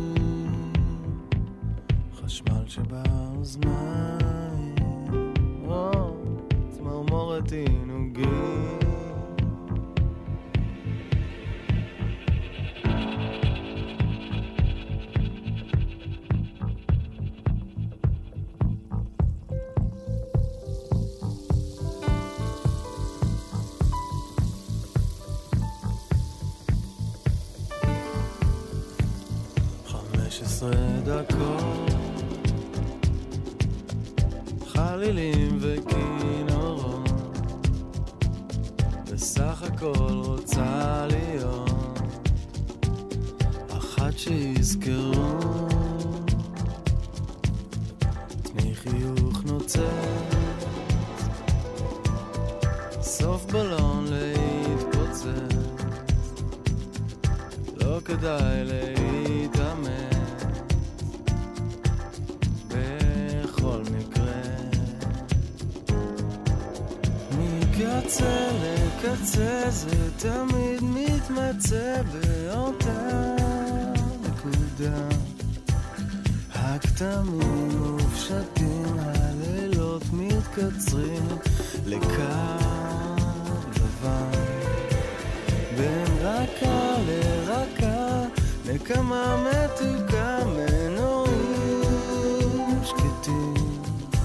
חשמל שבאוזניים, או, צמרמורת עינוגים. חמש עשרה דקות, חלילים וכינורות, בסך הכל רוצה להיות אחת שיזכרו, תני חיוך נוצץ, סוף בלון להתפוצץ, לא כדאי להתאמן בכל מקרה, מקצה לקצה זה תמיד מתמצא באותה נקודה, הכתמים מופשטים, הלילות מתקצרים לקו לבן, בין רכה לרכה נקמה מתוקה, מנועים שקטים,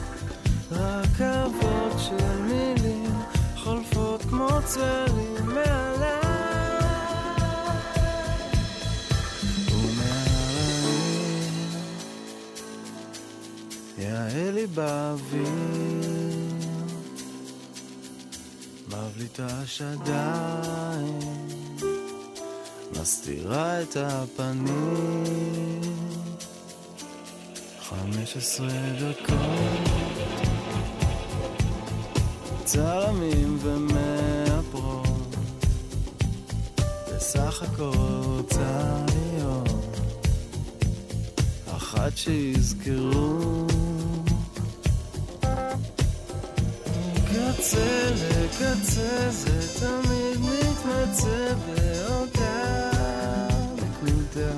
רכבות של מילים חולפות כמו צלים מעליי ומעליי, יאה לי באוויר, מבליט השדיים, מסתירה את הפנים. חמש עשרה דקות, צלמים ומאפרות, בסך הכל רוצה להיות אחת שיזכרו, קצה לקצה זה תמיד מתמצא באותה נקודה,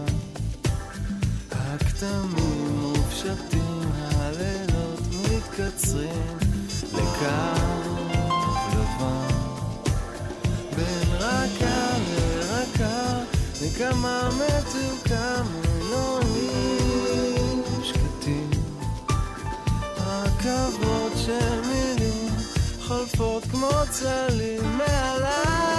הכתמים מופשטים, הלילות מתקצרים לקו לבן, בין רכה לרכה נקמה מתוקה, מנועים שקטים, רכבות של מילים חולפות כמו צלים מעליי.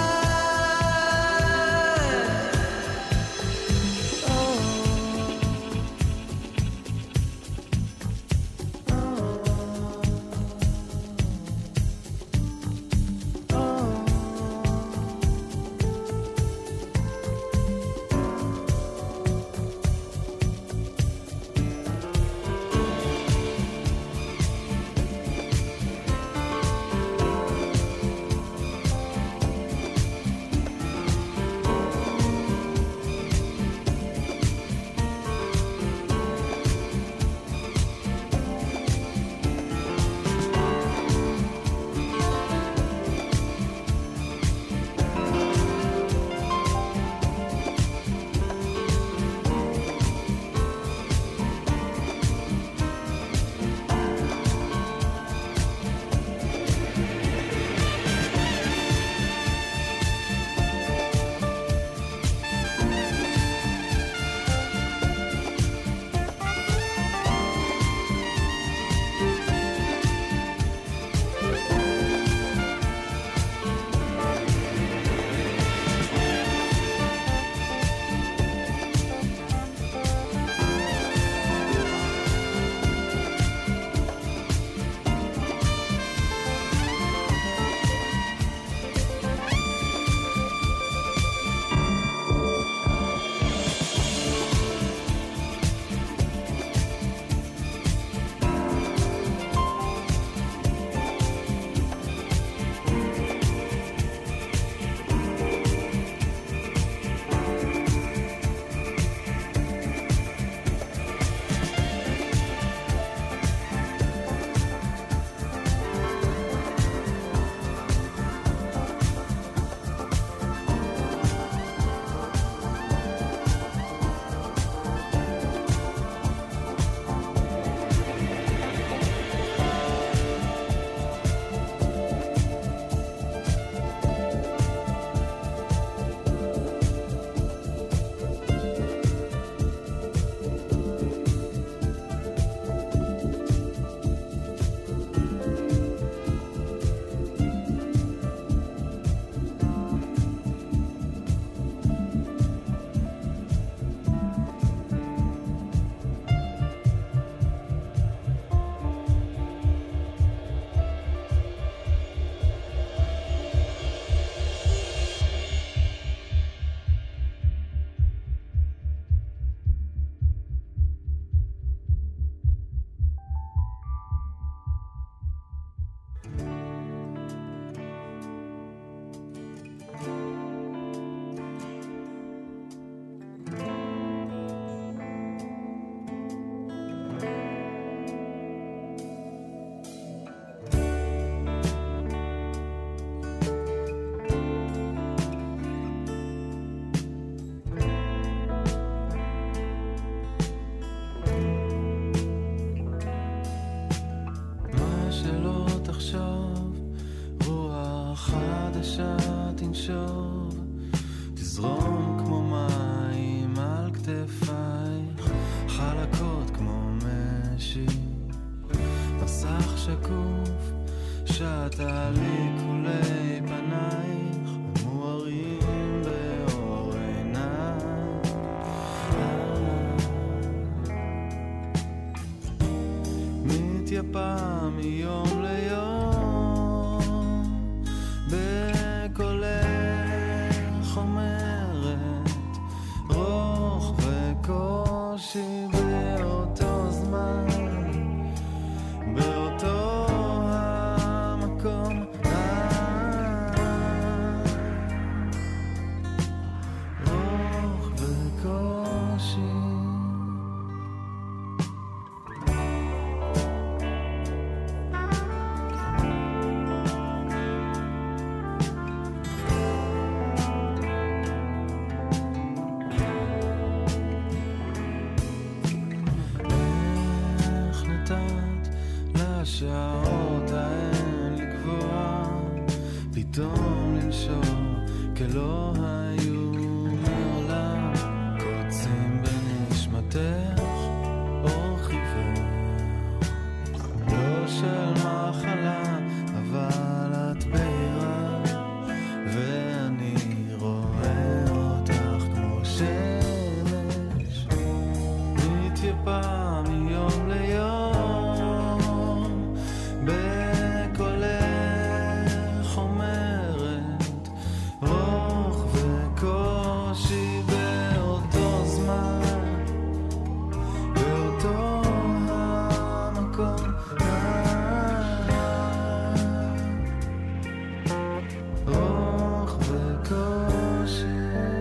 תנשוב, תזרום כמו מים על כתפייך, חלקות כמו משי, מסך שקוף, שעתה לי כולי פנייך, מוארים באור עיניי. מתייפה מיום ליום, בקולך אומרת, רוח וקושי באותו זמן, באותו המקום, רוח וקושי. השעות ההן לגבוה, פתאום לנשור כלא היו מעולם, קוצים בנשמתך אור חיוור, לא של מחלה אבל את בהירה, ואני רואה אותך כמו שמש, מתייפה מיום ליום, בקולך אומרת, רוח וקושי באותו זמן, באותו המקום, רוח וקושי.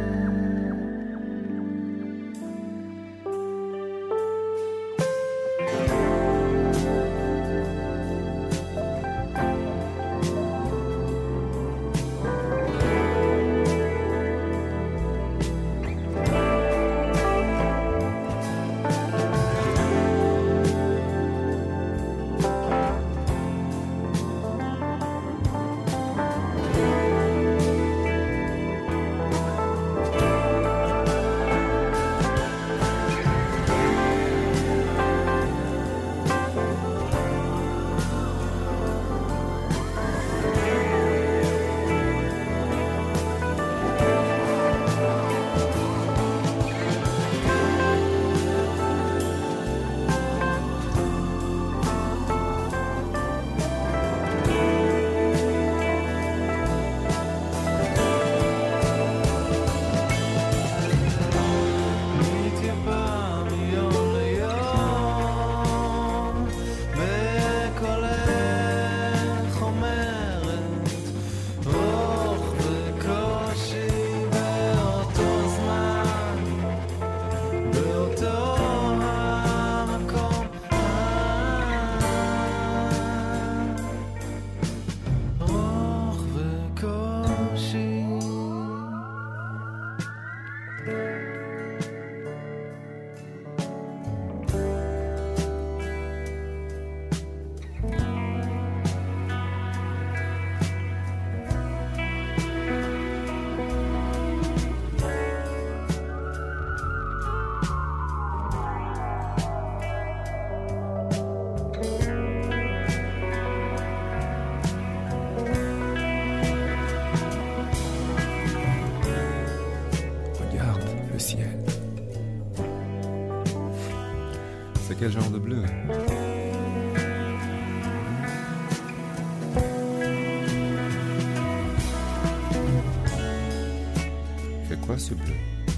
Quel genre de bleu? C'est quoi ce bleu?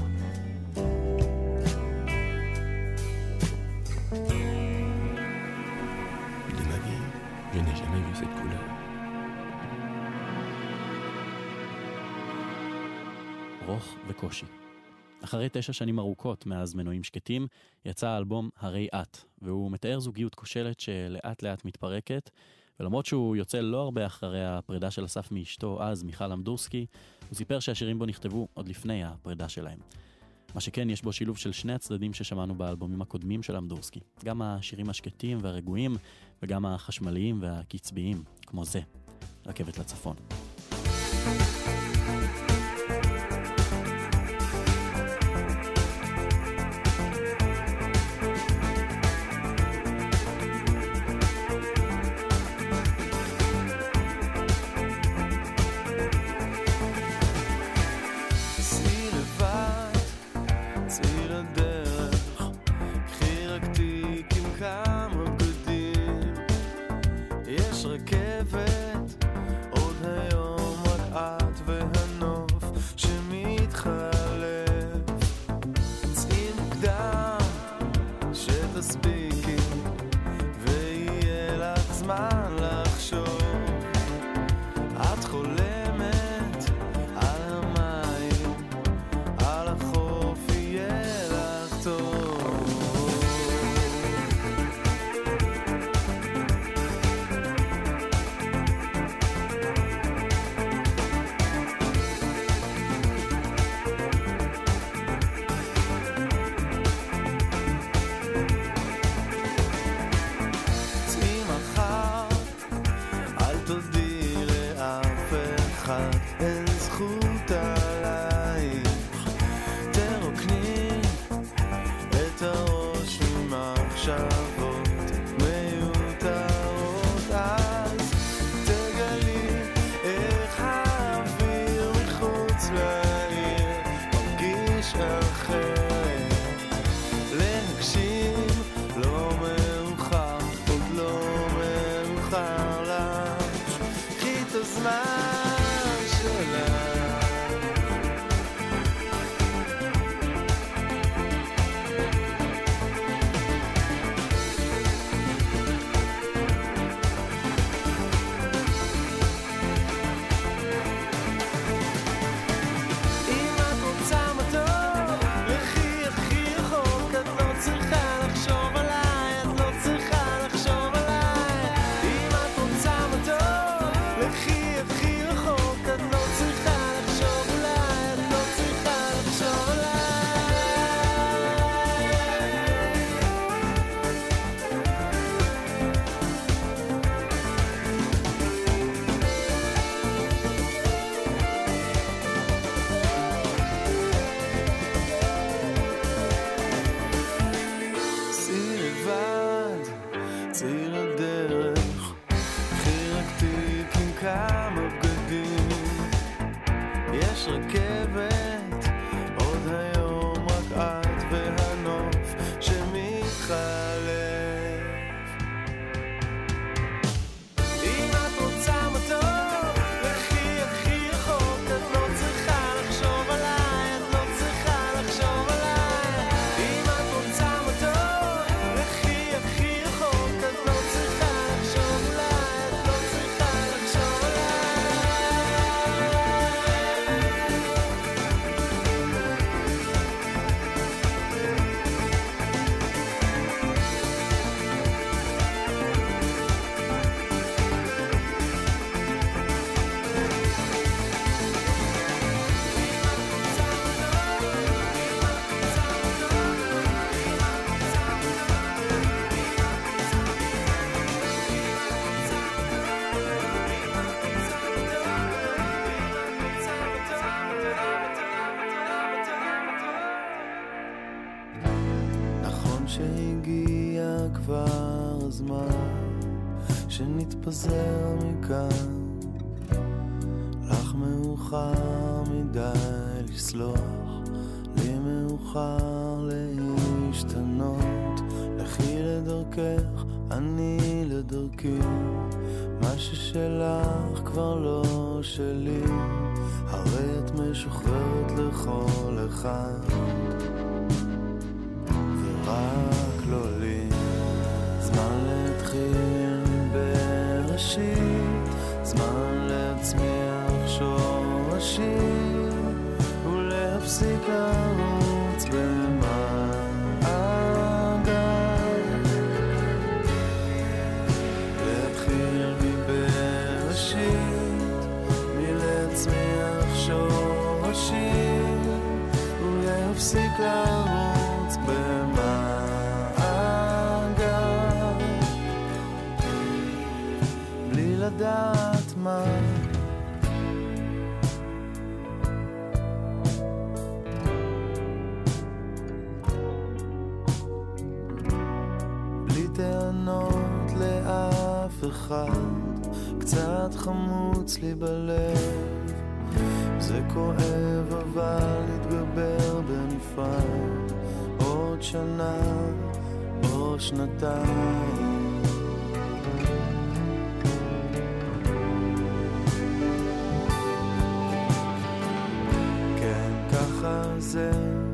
De ma vie, je n'ai jamais vu cette couleur. רוח וקושי. אחרי תשע שנים ארוכות מאז מנועים שקטים, יצא האלבום הרי את, והוא מתאר זוגיות כושלת שלאט לאט מתפרקת, ולמרות שהוא יוצא לא הרבה אחרי הפרידה של אסף מאשתו אז, מיכל אמדורסקי, הוא סיפר שהשירים בו נכתבו עוד לפני הפרידה שלהם. מה שכן, יש בו שילוב של שני הצדדים ששמענו באלבומים הקודמים של אמדורסקי, גם השירים השקטים והרגועים, וגם החשמליים והקצביים, כמו זה, רכבת לצפון. להעיר, מרגיש אחרת, להגשים לא מאוחר, עוד לא מאוחר לך, קחי את הזמן שלך. שהגיע כבר הזמן שנתפזר מכאן, לך מאוחר מדי לסלוח, לי מאוחר להשתנות, לכי לדרכך, אני לדרכי, מה ששלך כבר לא שלי, הרי את משוחררת לכל אחד רק לא לי. זמן להתחיל בראשית, זמן להצמיח שורשים ולהפסיק לרוץ במעגל, להתחיל מבראשית, מלהצמיח שורשים ולהפסיק לרוץ במעגל, בלי לדעת מה טענות לאף אחד, קצת חמוץ לי בלב, זה כואב אבל להתגבר בנפרד, עוד שנה או שנתיים. כן, ככה זה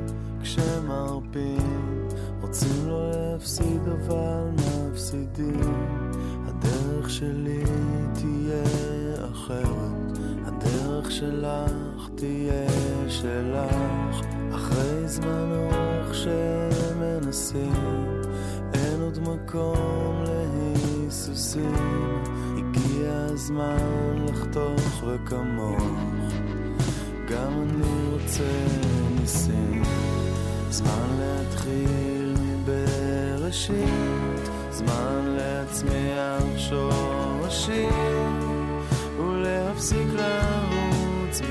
כשמרפים, רוצים לא להפסיד אבל מפסידים, הדרך שלי תהיה אחרת, הדרך שלך תהיה שלך, אחרי זמן ארוך שמנסים, אין עוד מקום להיסוסים, הגיע הזמן לחתוך וכמוך, גם אני רוצה ניסים, זמן להתחיל מבראשית, זמן להצמיח שורשים ולהפסיק לרוץ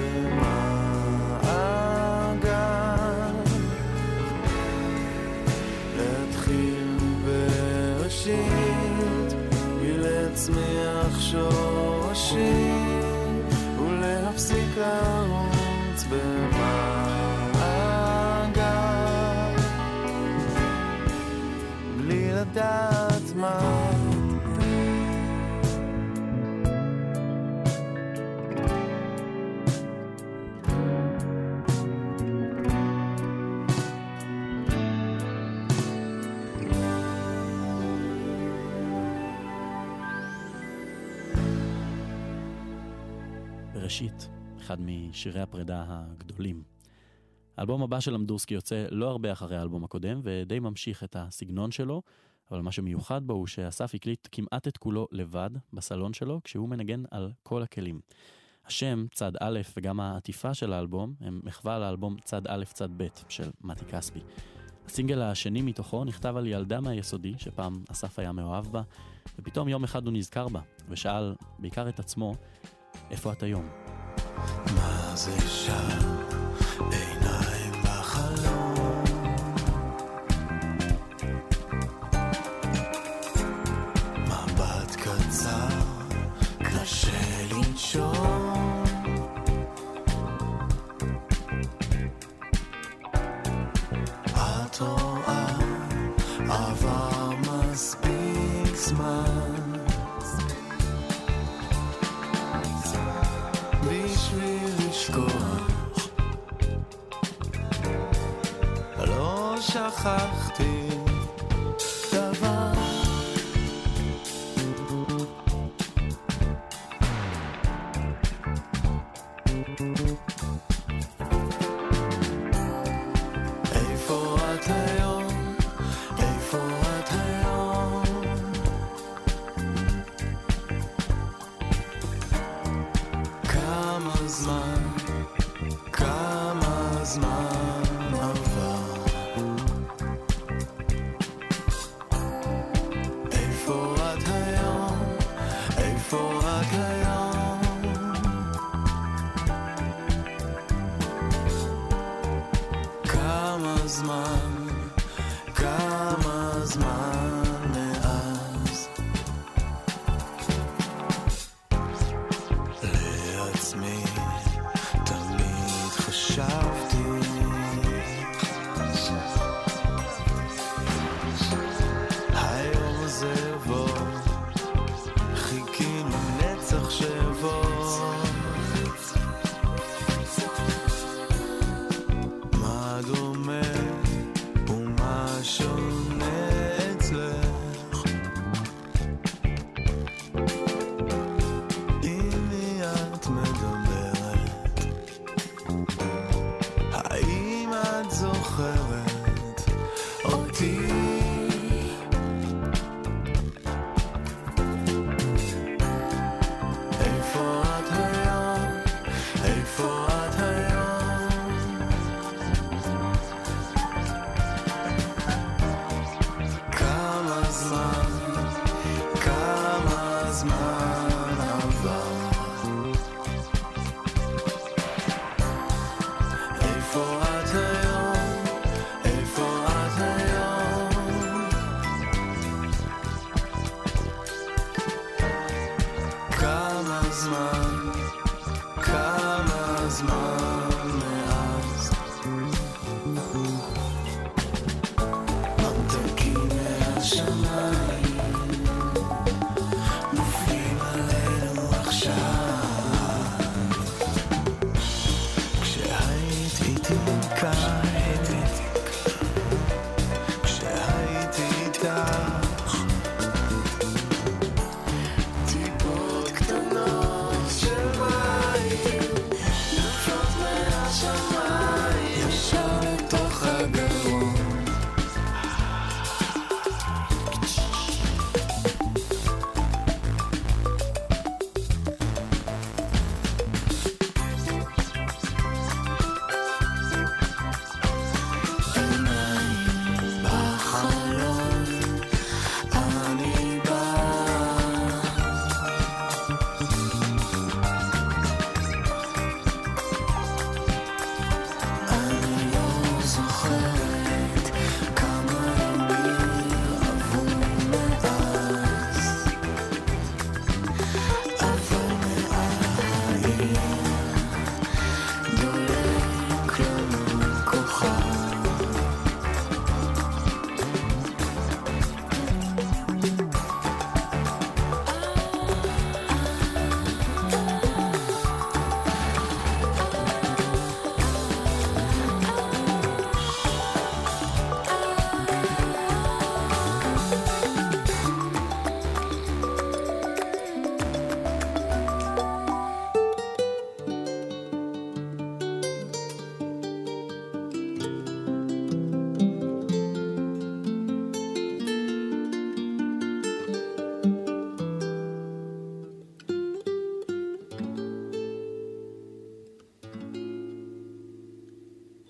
במעגל, להתחיל מבראשית ולהצמיח שורשים ולהפסיק לרוץ בחוץ במעגל בלי לדעת מה בראשית, אחד משירי הפרידה הגדולים. האלבום הבא של אמדורסקי יוצא לא הרבה אחרי האלבום הקודם, ודי ממשיך את הסגנון שלו, אבל מה שמיוחד בו הוא שאסף הקליט כמעט את כולו לבד בסלון שלו, כשהוא מנגן על כל הכלים. השם, צד א' וגם העטיפה של האלבום, הם מחווה על האלבום צד א' צד ב' של מתי כספי. הסינגל השני מתוכו נכתב על ילדה מהיסודי, שפעם אסף היה מאוהב בה, ופתאום יום אחד הוא נזכר בה, ושאל בעיקר את עצמו, איפה את היום? מה זה שם? עיניים בחלום מבט קצר קשה לנשום את רואה עבר מספיק זמן לא שכחתי דבר איפה את היום? איפה את היום? כמה זמן כמה זמן עבר איפה את היום? איפה את היום? כמה זמן כמה זמן מאז לעצמי תמיד חשבתי היום הזה יבוא חיכינו נצח שבוא מה דומה ומה שונה אצלך עם מי את מדברת האם את זוכרת אותי? איפה את היום? איפה את היום? כמה זמן, כמה זמן עבר איפה את היום? איפה את היום? כמה זמן, כמה זמן מאז ממתקים מהשמיים נופלים עלינו עכשיו כשהיית איתי כאן כשהייתי איתך טיפות קטנות של מים נופלות מהשמיים ישר לתוך הגרון עיניים בחלון אני בא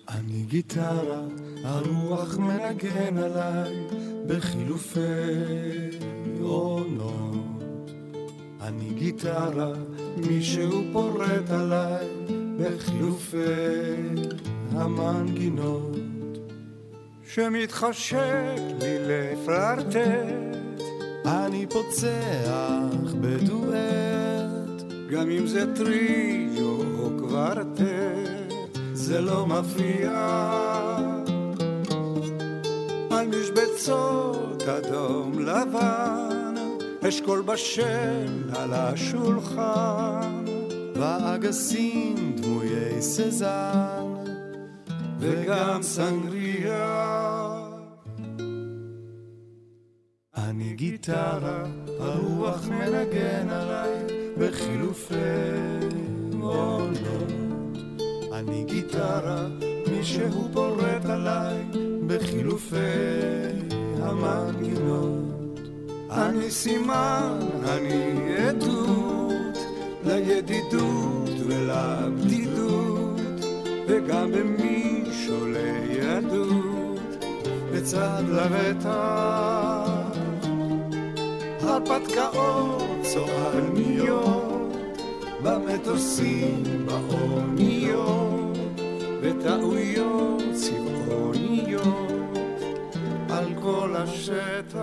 אני גיטרה, הרוח מנגן עליי בחילופי עונות. אני גיטרה, מישהו פורט עליי בחילופי המנגינות. שמתחשק לי לפלרטט, אני פוצח בדואט. גם אם זה טריו או קוורטט, זה לא מפריע. על משבצות אדום לבן, אשכול בשל על השולחן, ואגסים דמויי סזן וגם סנגריה. אני גיטרה, הרוח מנגן עליי בחילופי עונות. אני גיטרה, מישהו פורט עליי בחילופי המנגינות. אני סימן, אני עדות לידידות ולבדידות, וגם במי שולה ידות בצד לבטח. הרפתקאות צועניות במטוסים באוניות, וטעויות צבעוניות על כל השטח.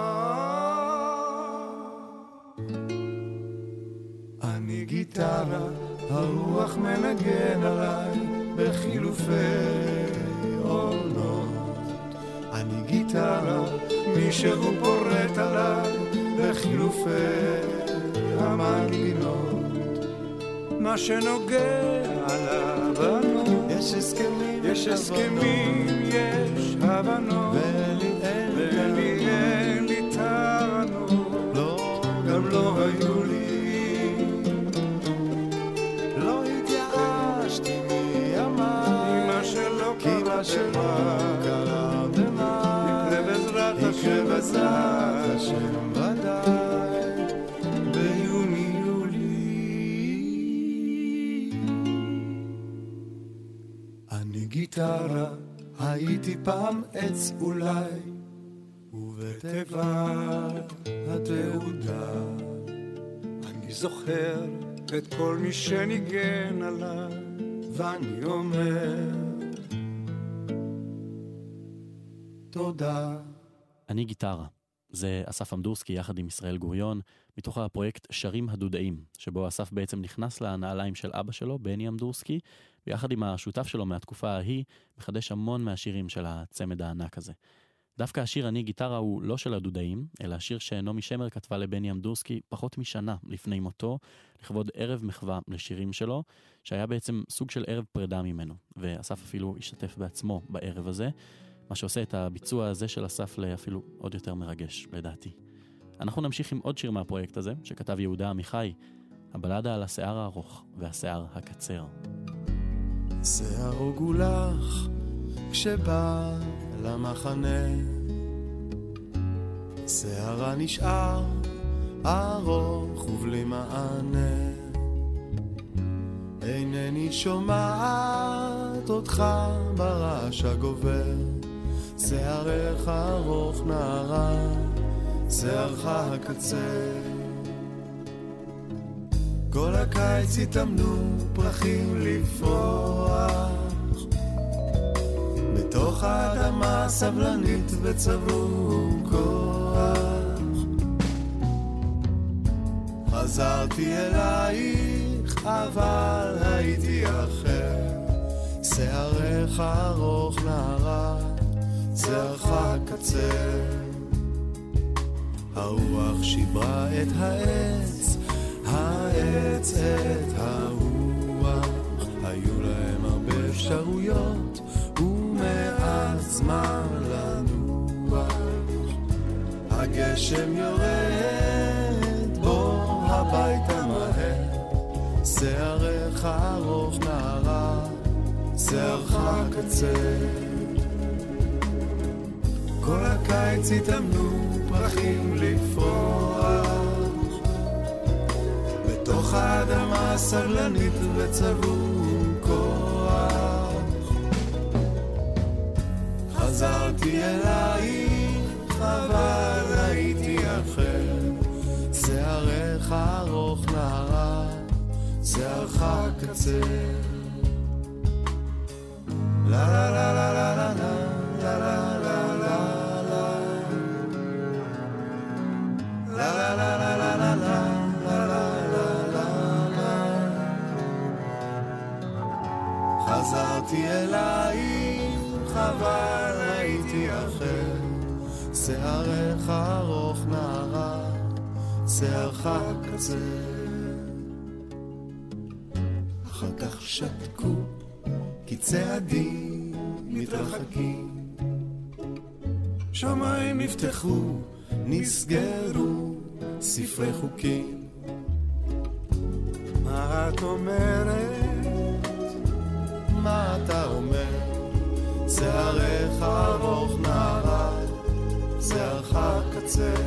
אני גיטרה, הרוח מנגן עליי בחילופי עונות. אני גיטרה, מישהו פורט עליי בחילופי המנגינות. מה שנוגע לבנות, יש הסכמים, יש הסכמים, יש הבנות, ולי אין לי טענות, לא, גם לא היו לי. לא התייאשתי מימיי, כי מה שלא קרה במאי, יקרה בעזרת השם ודאי ביוני יולי. אני גיטרה, הייתי פעם עץ אולי, ובתיבת התעודה אני זוכר את כל מי שניגן עליי, ואני אומר תודה. אני גיטרה. זה אסף אמדורסקי יחד עם ישראל גוריון, מתוך הפרויקט שרים הדודאים, שבו אסף בעצם נכנס לנעליים של אבא שלו, בני אמדורסקי, ויחד עם השותף שלו מהתקופה ההיא, מחדש המון מהשירים של הצמד הענק הזה. דווקא השיר אני גיטרה הוא לא של הדודאים, אלא השיר שנעמי שמר כתבה לבני אמדורסקי פחות משנה לפני מותו, לכבוד ערב מחווה לשירים שלו, שהיה בעצם סוג של ערב פרידה ממנו, ואסף אפילו השתתף בעצמו בערב הזה, מה שעושה את הביצוע הזה של אסף לאפילו עוד יותר מרגש, לדעתי. אנחנו נמשיך עם עוד שיר מהפרויקט הזה, שכתב יהודה עמיחי, הבלדה על השיער הארוך והשיער הקצר. שיער גולח כשבא למחנה, שיערה נשאר ארוך ובלי מענה, אינני שומעת אותך ברעש הגובר, שיערך ארוך נערה, שיערך הקצר. כל הקיץ התאמנו פרחים לפרוח, בתוך האדמה סבלנית וצברו כוח. חזרתי אלייך אבל הייתי אחר, שיערך ארוך נערה, שיערך קצר. הרוח שיברה את העץ, העץ את הרוח, היו להם הרבה אפשרויות ומעט זמן לנוח. הגשם יורד, בוא הביתה מהר, שיערך ארוך נערה, שיערך קצר. כל הקיץ התאמנו פרחים לפרוח, בתוך האדמה סבלנית וצברו כוח. שערך ארוך נערה, שערך קצר. לה לה לה לה לה לה לה לה לה לה לה לה לה לה לה. חזרתי אלייך, חבל הייתי אחר, שערך ארוך נערה, שערך קצר. אחר כך שתקו, כי צעדים מתרחקים, שמיים נפתחו, נסגרו ספרי חוקים. מה את אומרת? מה אתה אומר? שערך ארוך נערה, שערך קצר.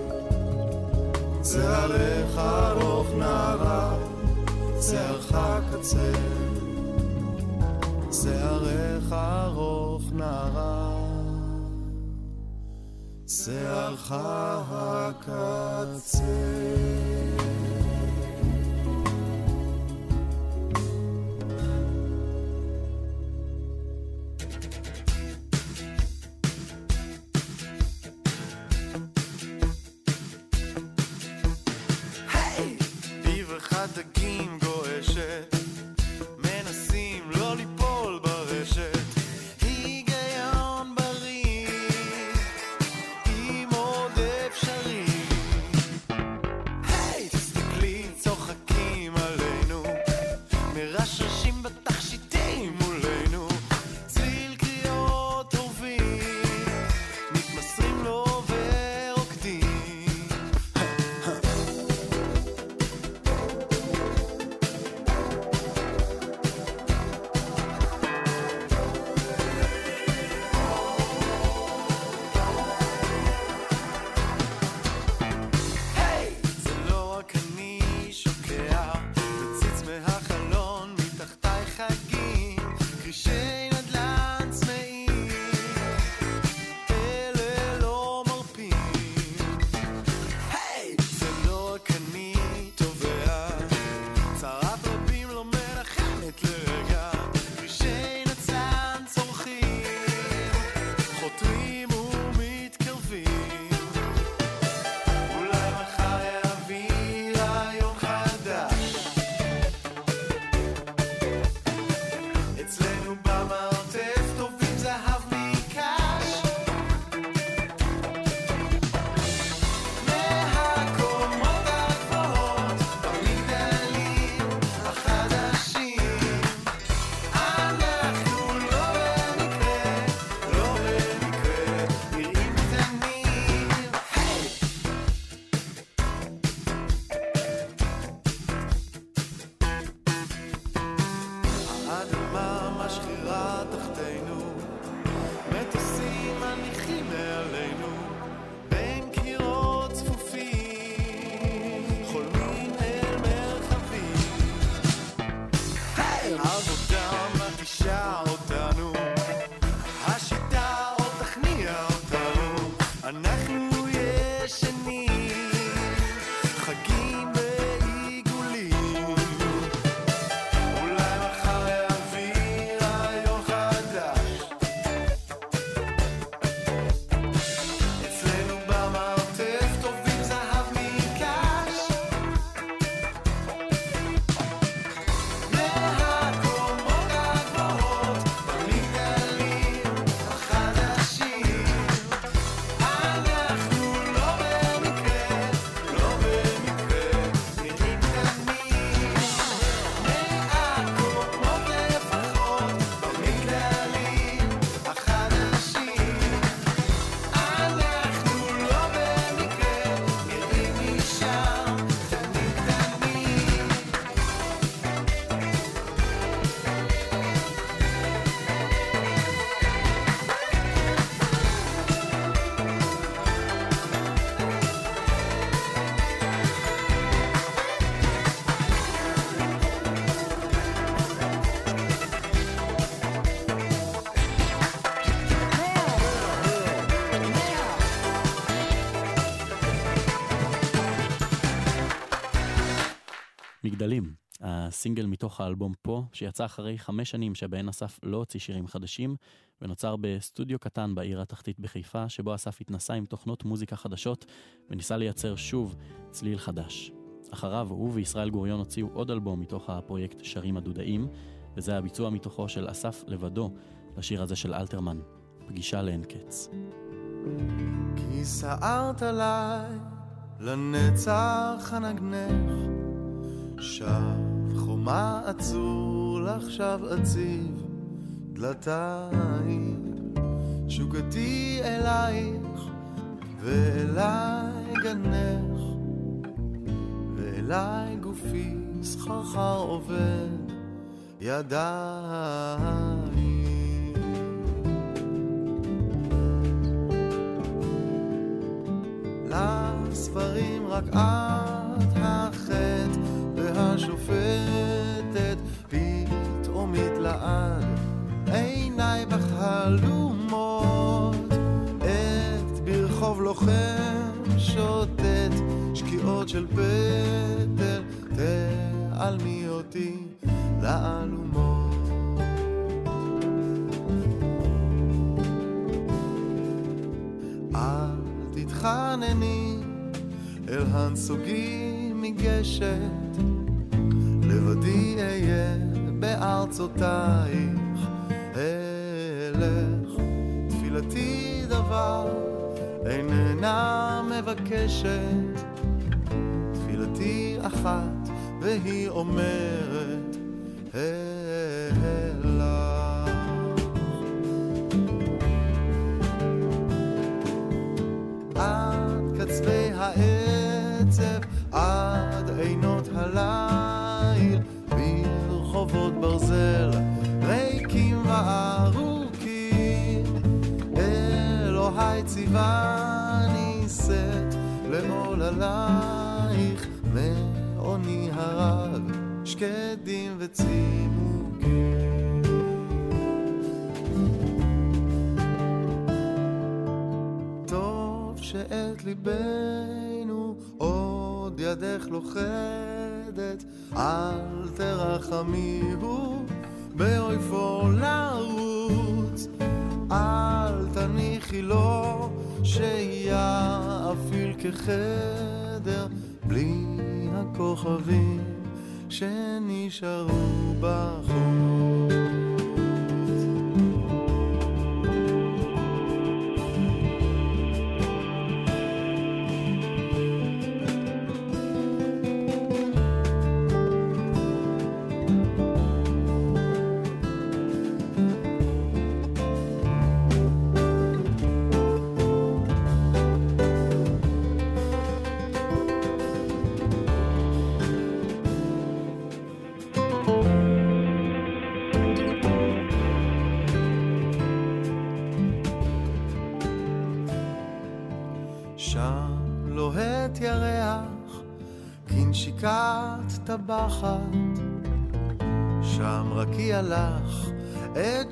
שערך ארוך נערה, שערך קצר. שערך ארוך נערה, שערך קצר. דגים גועשת, מנסים לא ליפול ברשת, היגיון בריא אם עוד אפשרי. היי, תסתכלי, צוחקים עלינו, מרשרשים בתכשיטים מולנו, צליל קריאה מגדלים, הסינגל מתוך האלבום פה, שיצא אחרי חמש שנים שבהן אסף לא הוציא שירים חדשים, ונוצר בסטודיו קטן בעיר התחתית בחיפה, שבו אסף התנסה עם תוכנות מוזיקה חדשות, וניסה לייצר שוב צליל חדש. אחריו הוא וישראל גוריון הוציאו עוד אלבום מתוך הפרויקט שרים הדודאים, וזה הביצוע מתוכו של אסף לבדו, לשיר הזה של אלתרמן, פגישה לאין קץ. כי סערת עליי לנצח הנגנך, שב חומה עצור לך שב עציב דלתיים, שוקתי אלייך ואליי גנך, ואליי גופי סחרחר עובד ידיים. לספרים רק את החטא והשופטת, פתאום מתלעד עיניי בחלומות, את ברחוב לוחם שוטט שקיעות של פטל, תעלמי אותי לעלומות. אל תתחנני אל הנסוגים מגשת, לבדי אהיה בארצותייך אלך, תפילתי דבר איננה מבקשת, תפילתי אחת והיא אומרת אלך. עד קצווי העצב, עד עינות הליל, ברחובות ברזל ריקים וארוכים, אלוהי ציווני שאת לעול עלייך, מעוני הרב שקדים וצימוקים. טוב שאת ליבנו עוד ידך לוחדת, אל תרחמיהו באויפו לרוץ, אל תניחי לו שיהיה אפיל כחדר בלי הכוכבים שנשארו בחוץ. טבחת, שם רקיע לך את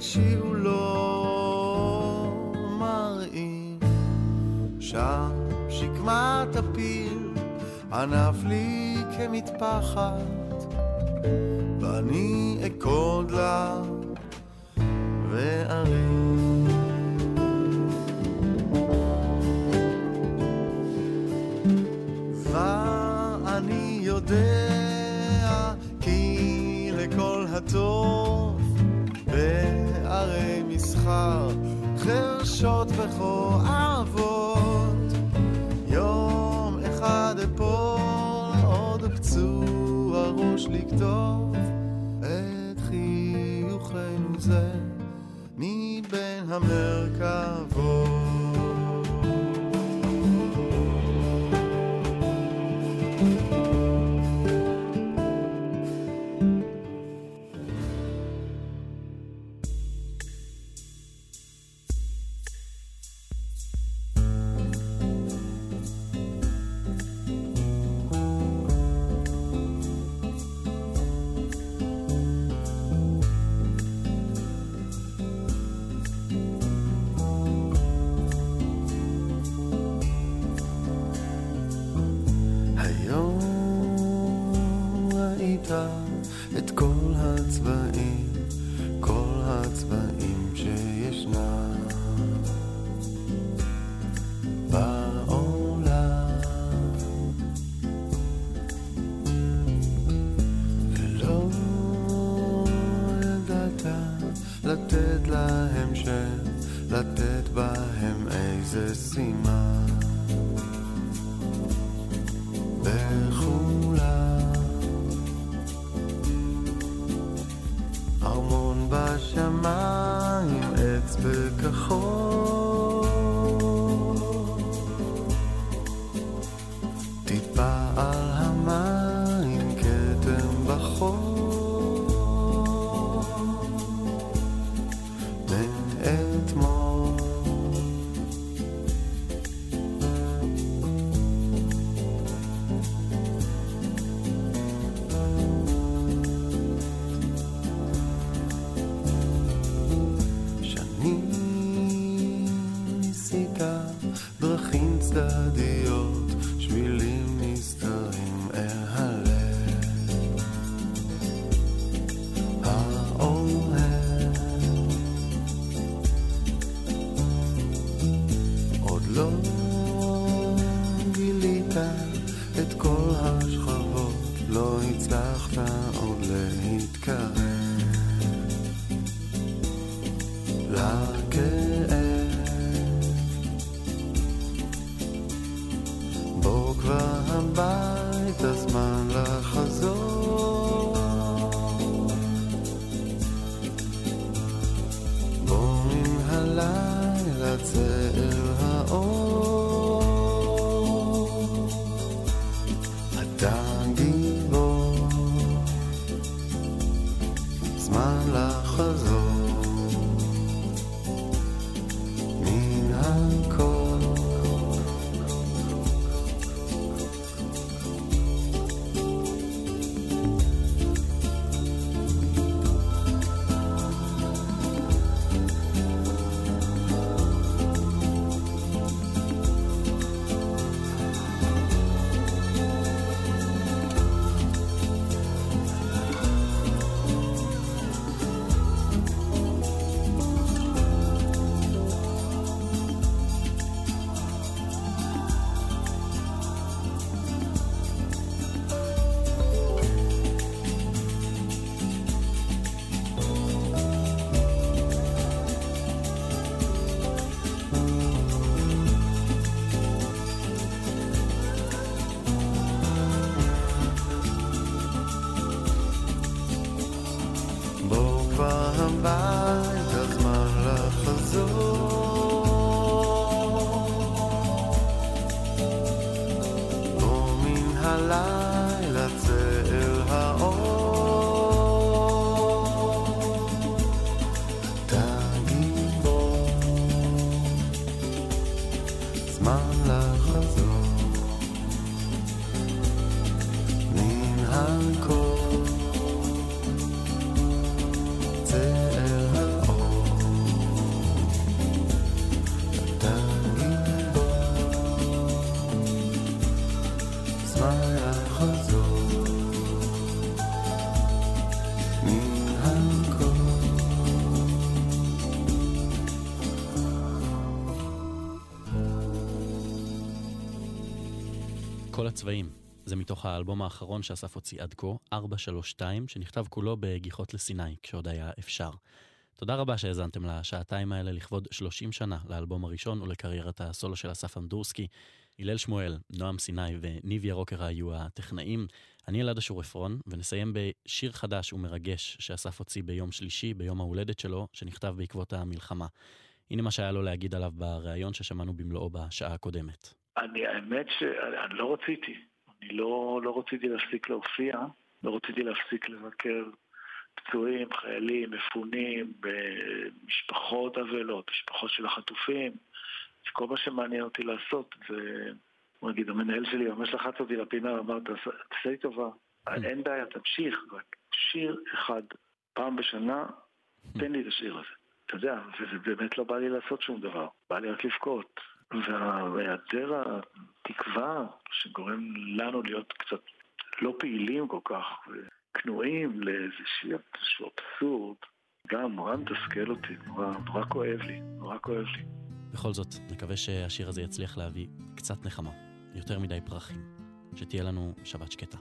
שיעולו מראים, שם שקמת הפיל ענף לי כמטפחת, ואני אקוד לה וארים. ואני יודע כל הטוב בערי מסחר, חרשות וכואבות, יום אחד אפול עוד פצוע ראש לכתוב את חיוכנו זה מבין המרכבות. את כל הצבעים, כל הצבעים שישנם בעולם, ולא ידעת לתת להם שם, לתת בהם איזה סימן בכולם. ארמון בשמיים, עץ בכחול, טיפה על המים, כתם בחול, מאתמול. דרכים צדדיות, שבילים נסתרים אל הלב האוהב. עוד לא גילית את כל השכבות, לא הצלחת עוד להתקרב לכאב. בוא כבר הבית, הזמן לחזור. בוא מן הלילה צא אל האור. אתה גיבור, זמן לחזור מן הכל. הבית, הזמן לחזור. בוא מן הלילה צא אל האור. אתה גיבור, זמן לחזור מן הכל. כל הצבעים. זה מתוך האלבום האחרון שאסף הוציא עד כה, ארבע שלוש שתיים, שנכתב כולו בגיחות לסיני, כשעוד היה אפשר. תודה רבה שהאזנתם לשעתיים האלה לכבוד שלושים שנה לאלבום הראשון ולקריירת הסולו של אסף אמדורסקי. הלל שמואל, נועם סיני וניב ירוקר היו הטכנאים. אני אלעד אשור עפרון, ונסיים בשיר חדש ומרגש שאסף הוציא ביום שלישי, ביום ההולדת שלו, שנכתב בעקבות המלחמה. הנה מה שהיה לו להגיד עליו בריאיון ששמענו במלואו בשעה הקודמת. אני, האמת שאני לא רציתי. אני לא, לא רציתי להפסיק להופיע, לא רציתי להפסיק לבקר פצועים, חיילים, מפונים, במשפחות אבלות, משפחות של החטופים. כל מה שמעניין אותי לעשות זה, הוא נגיד, המנהל שלי ממש לחץ אותי לפינה, אמר, תעשה לי טובה, אין בעיה, תמשיך, רק שיר אחד, פעם בשנה, תן לי את השיר הזה. אתה יודע, וזה באמת לא בא לי לעשות שום דבר, בא לי רק לבכות. והיעדר התקווה שגורם לנו להיות קצת לא פעילים כל כך, כנועים לאיזשהו אבסורד, גם נורא מתסכל אותי, נורא, נורא כואב לי, נורא כואב לי. בכל זאת, נקווה שהשיר הזה יצליח להביא קצת נחמה, יותר מדי פרחים, שתהיה לנו שבת שקטה.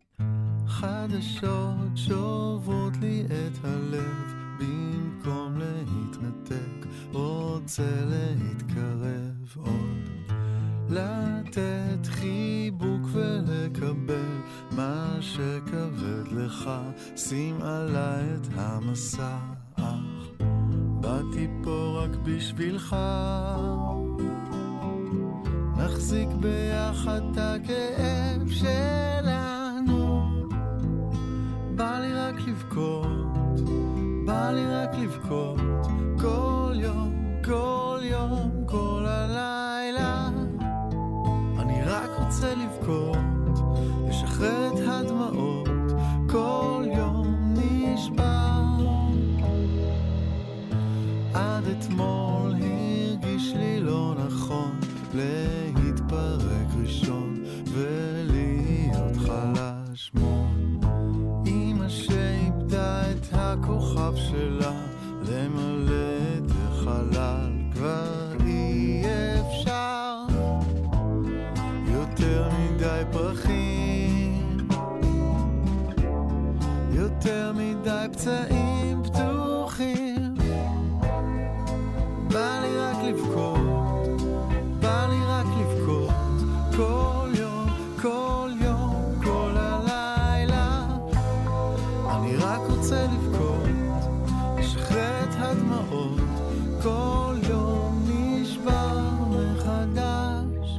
חדשות שוברות לי את הלב, במקום להתנתק, רוצה להתקרב עוד, לתת חיבוק ולקבל מה שכבד לך, שים עליי את המסע, אך באתי פה רק בשבילך, נחזיק ביחד את הכאב שלנו, בא לי רק לבכות, בא לי רק לבכות, כל יום, כל יום, כל הלילה, אני רק רוצה לבכות, לשחרר את הדמעות, כל יום נשבר. עד אתמול הרגיש לי לא נכון להתפרק ראשון ולהיות חלש מון, אמא שאיבדה את הכוכב שלה, למלא את החלל כבר אי אפשר, יותר מדי פרחים, יותר מדי פצעים פתוחים, בא לי רק לבכות, בא לי רק לבכות, כל יום, כל יום, כל הלילה, אני רק רוצה לבכות, לשחרר את הדמעות, כל יום נשבר מחדש.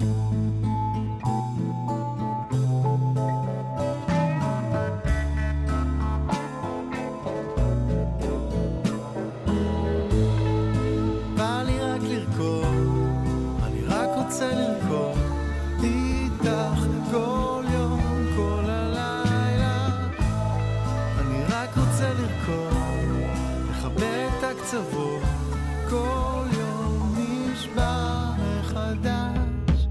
בא לי רק לרקוד, אני רק רוצה לרקוד איתך כל יום, כל הלילה, אני רק רוצה לרקוד, לכבד את הקצוות, כל יום נשבר מחדש.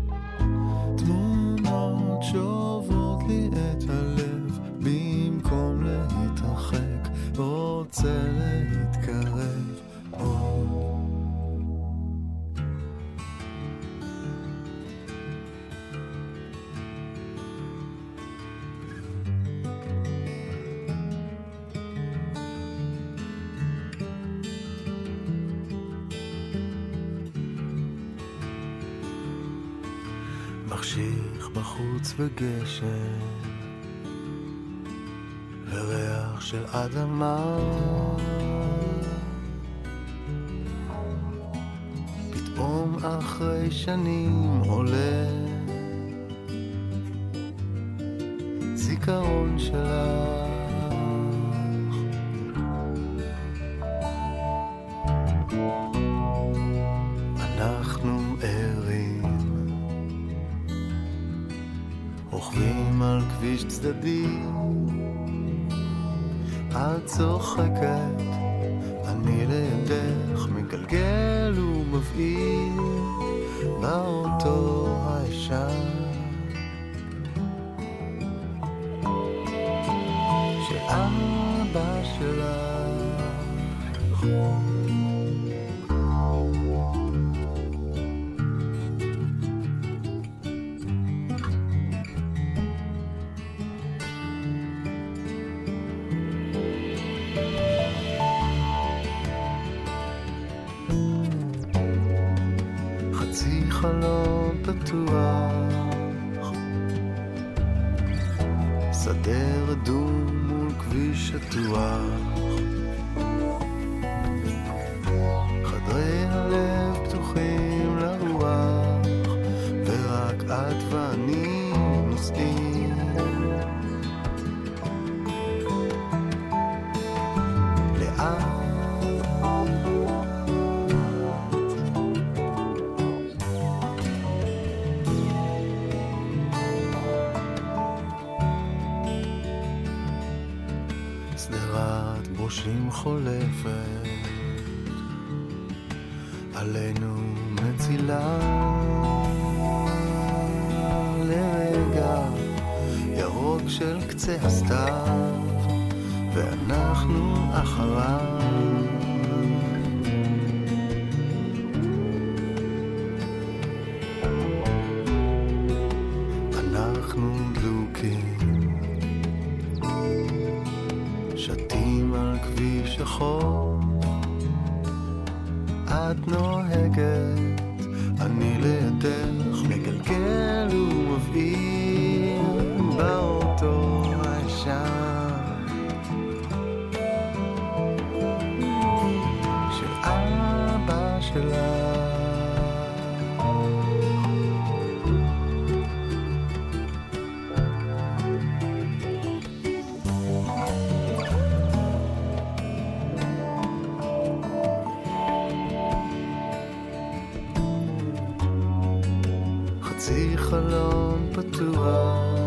תמונות שוברות לי את הלב, במקום להתרחק, רוצה להתקרב עוד. מחשיך בחוץ וגשם וריח של אדמה, פתאום אחרי שנים עולה זיכרון שלך, אנחנו ערים רוכבים על כביש צדדי, את צוחקת, אני לידך מגלגל ומבעיר באוטו הישן של אבא שלך. חלום פתוח, שדה רדום מול כביש שטוח, חדרי הלב פתוחים לרוח, ורק את ואני נוסעים לאט. ברושים חולפת עלינו מצילה לרגע ירוק של קצה הסתיו, ואנחנו אחריו. אנחנו דלוקים, שתים על כביש החוף, את נוהגת, אני לידך, מגלגל ומבעיר באוטו הישן של אבא שלה. חצי חלון פתוח,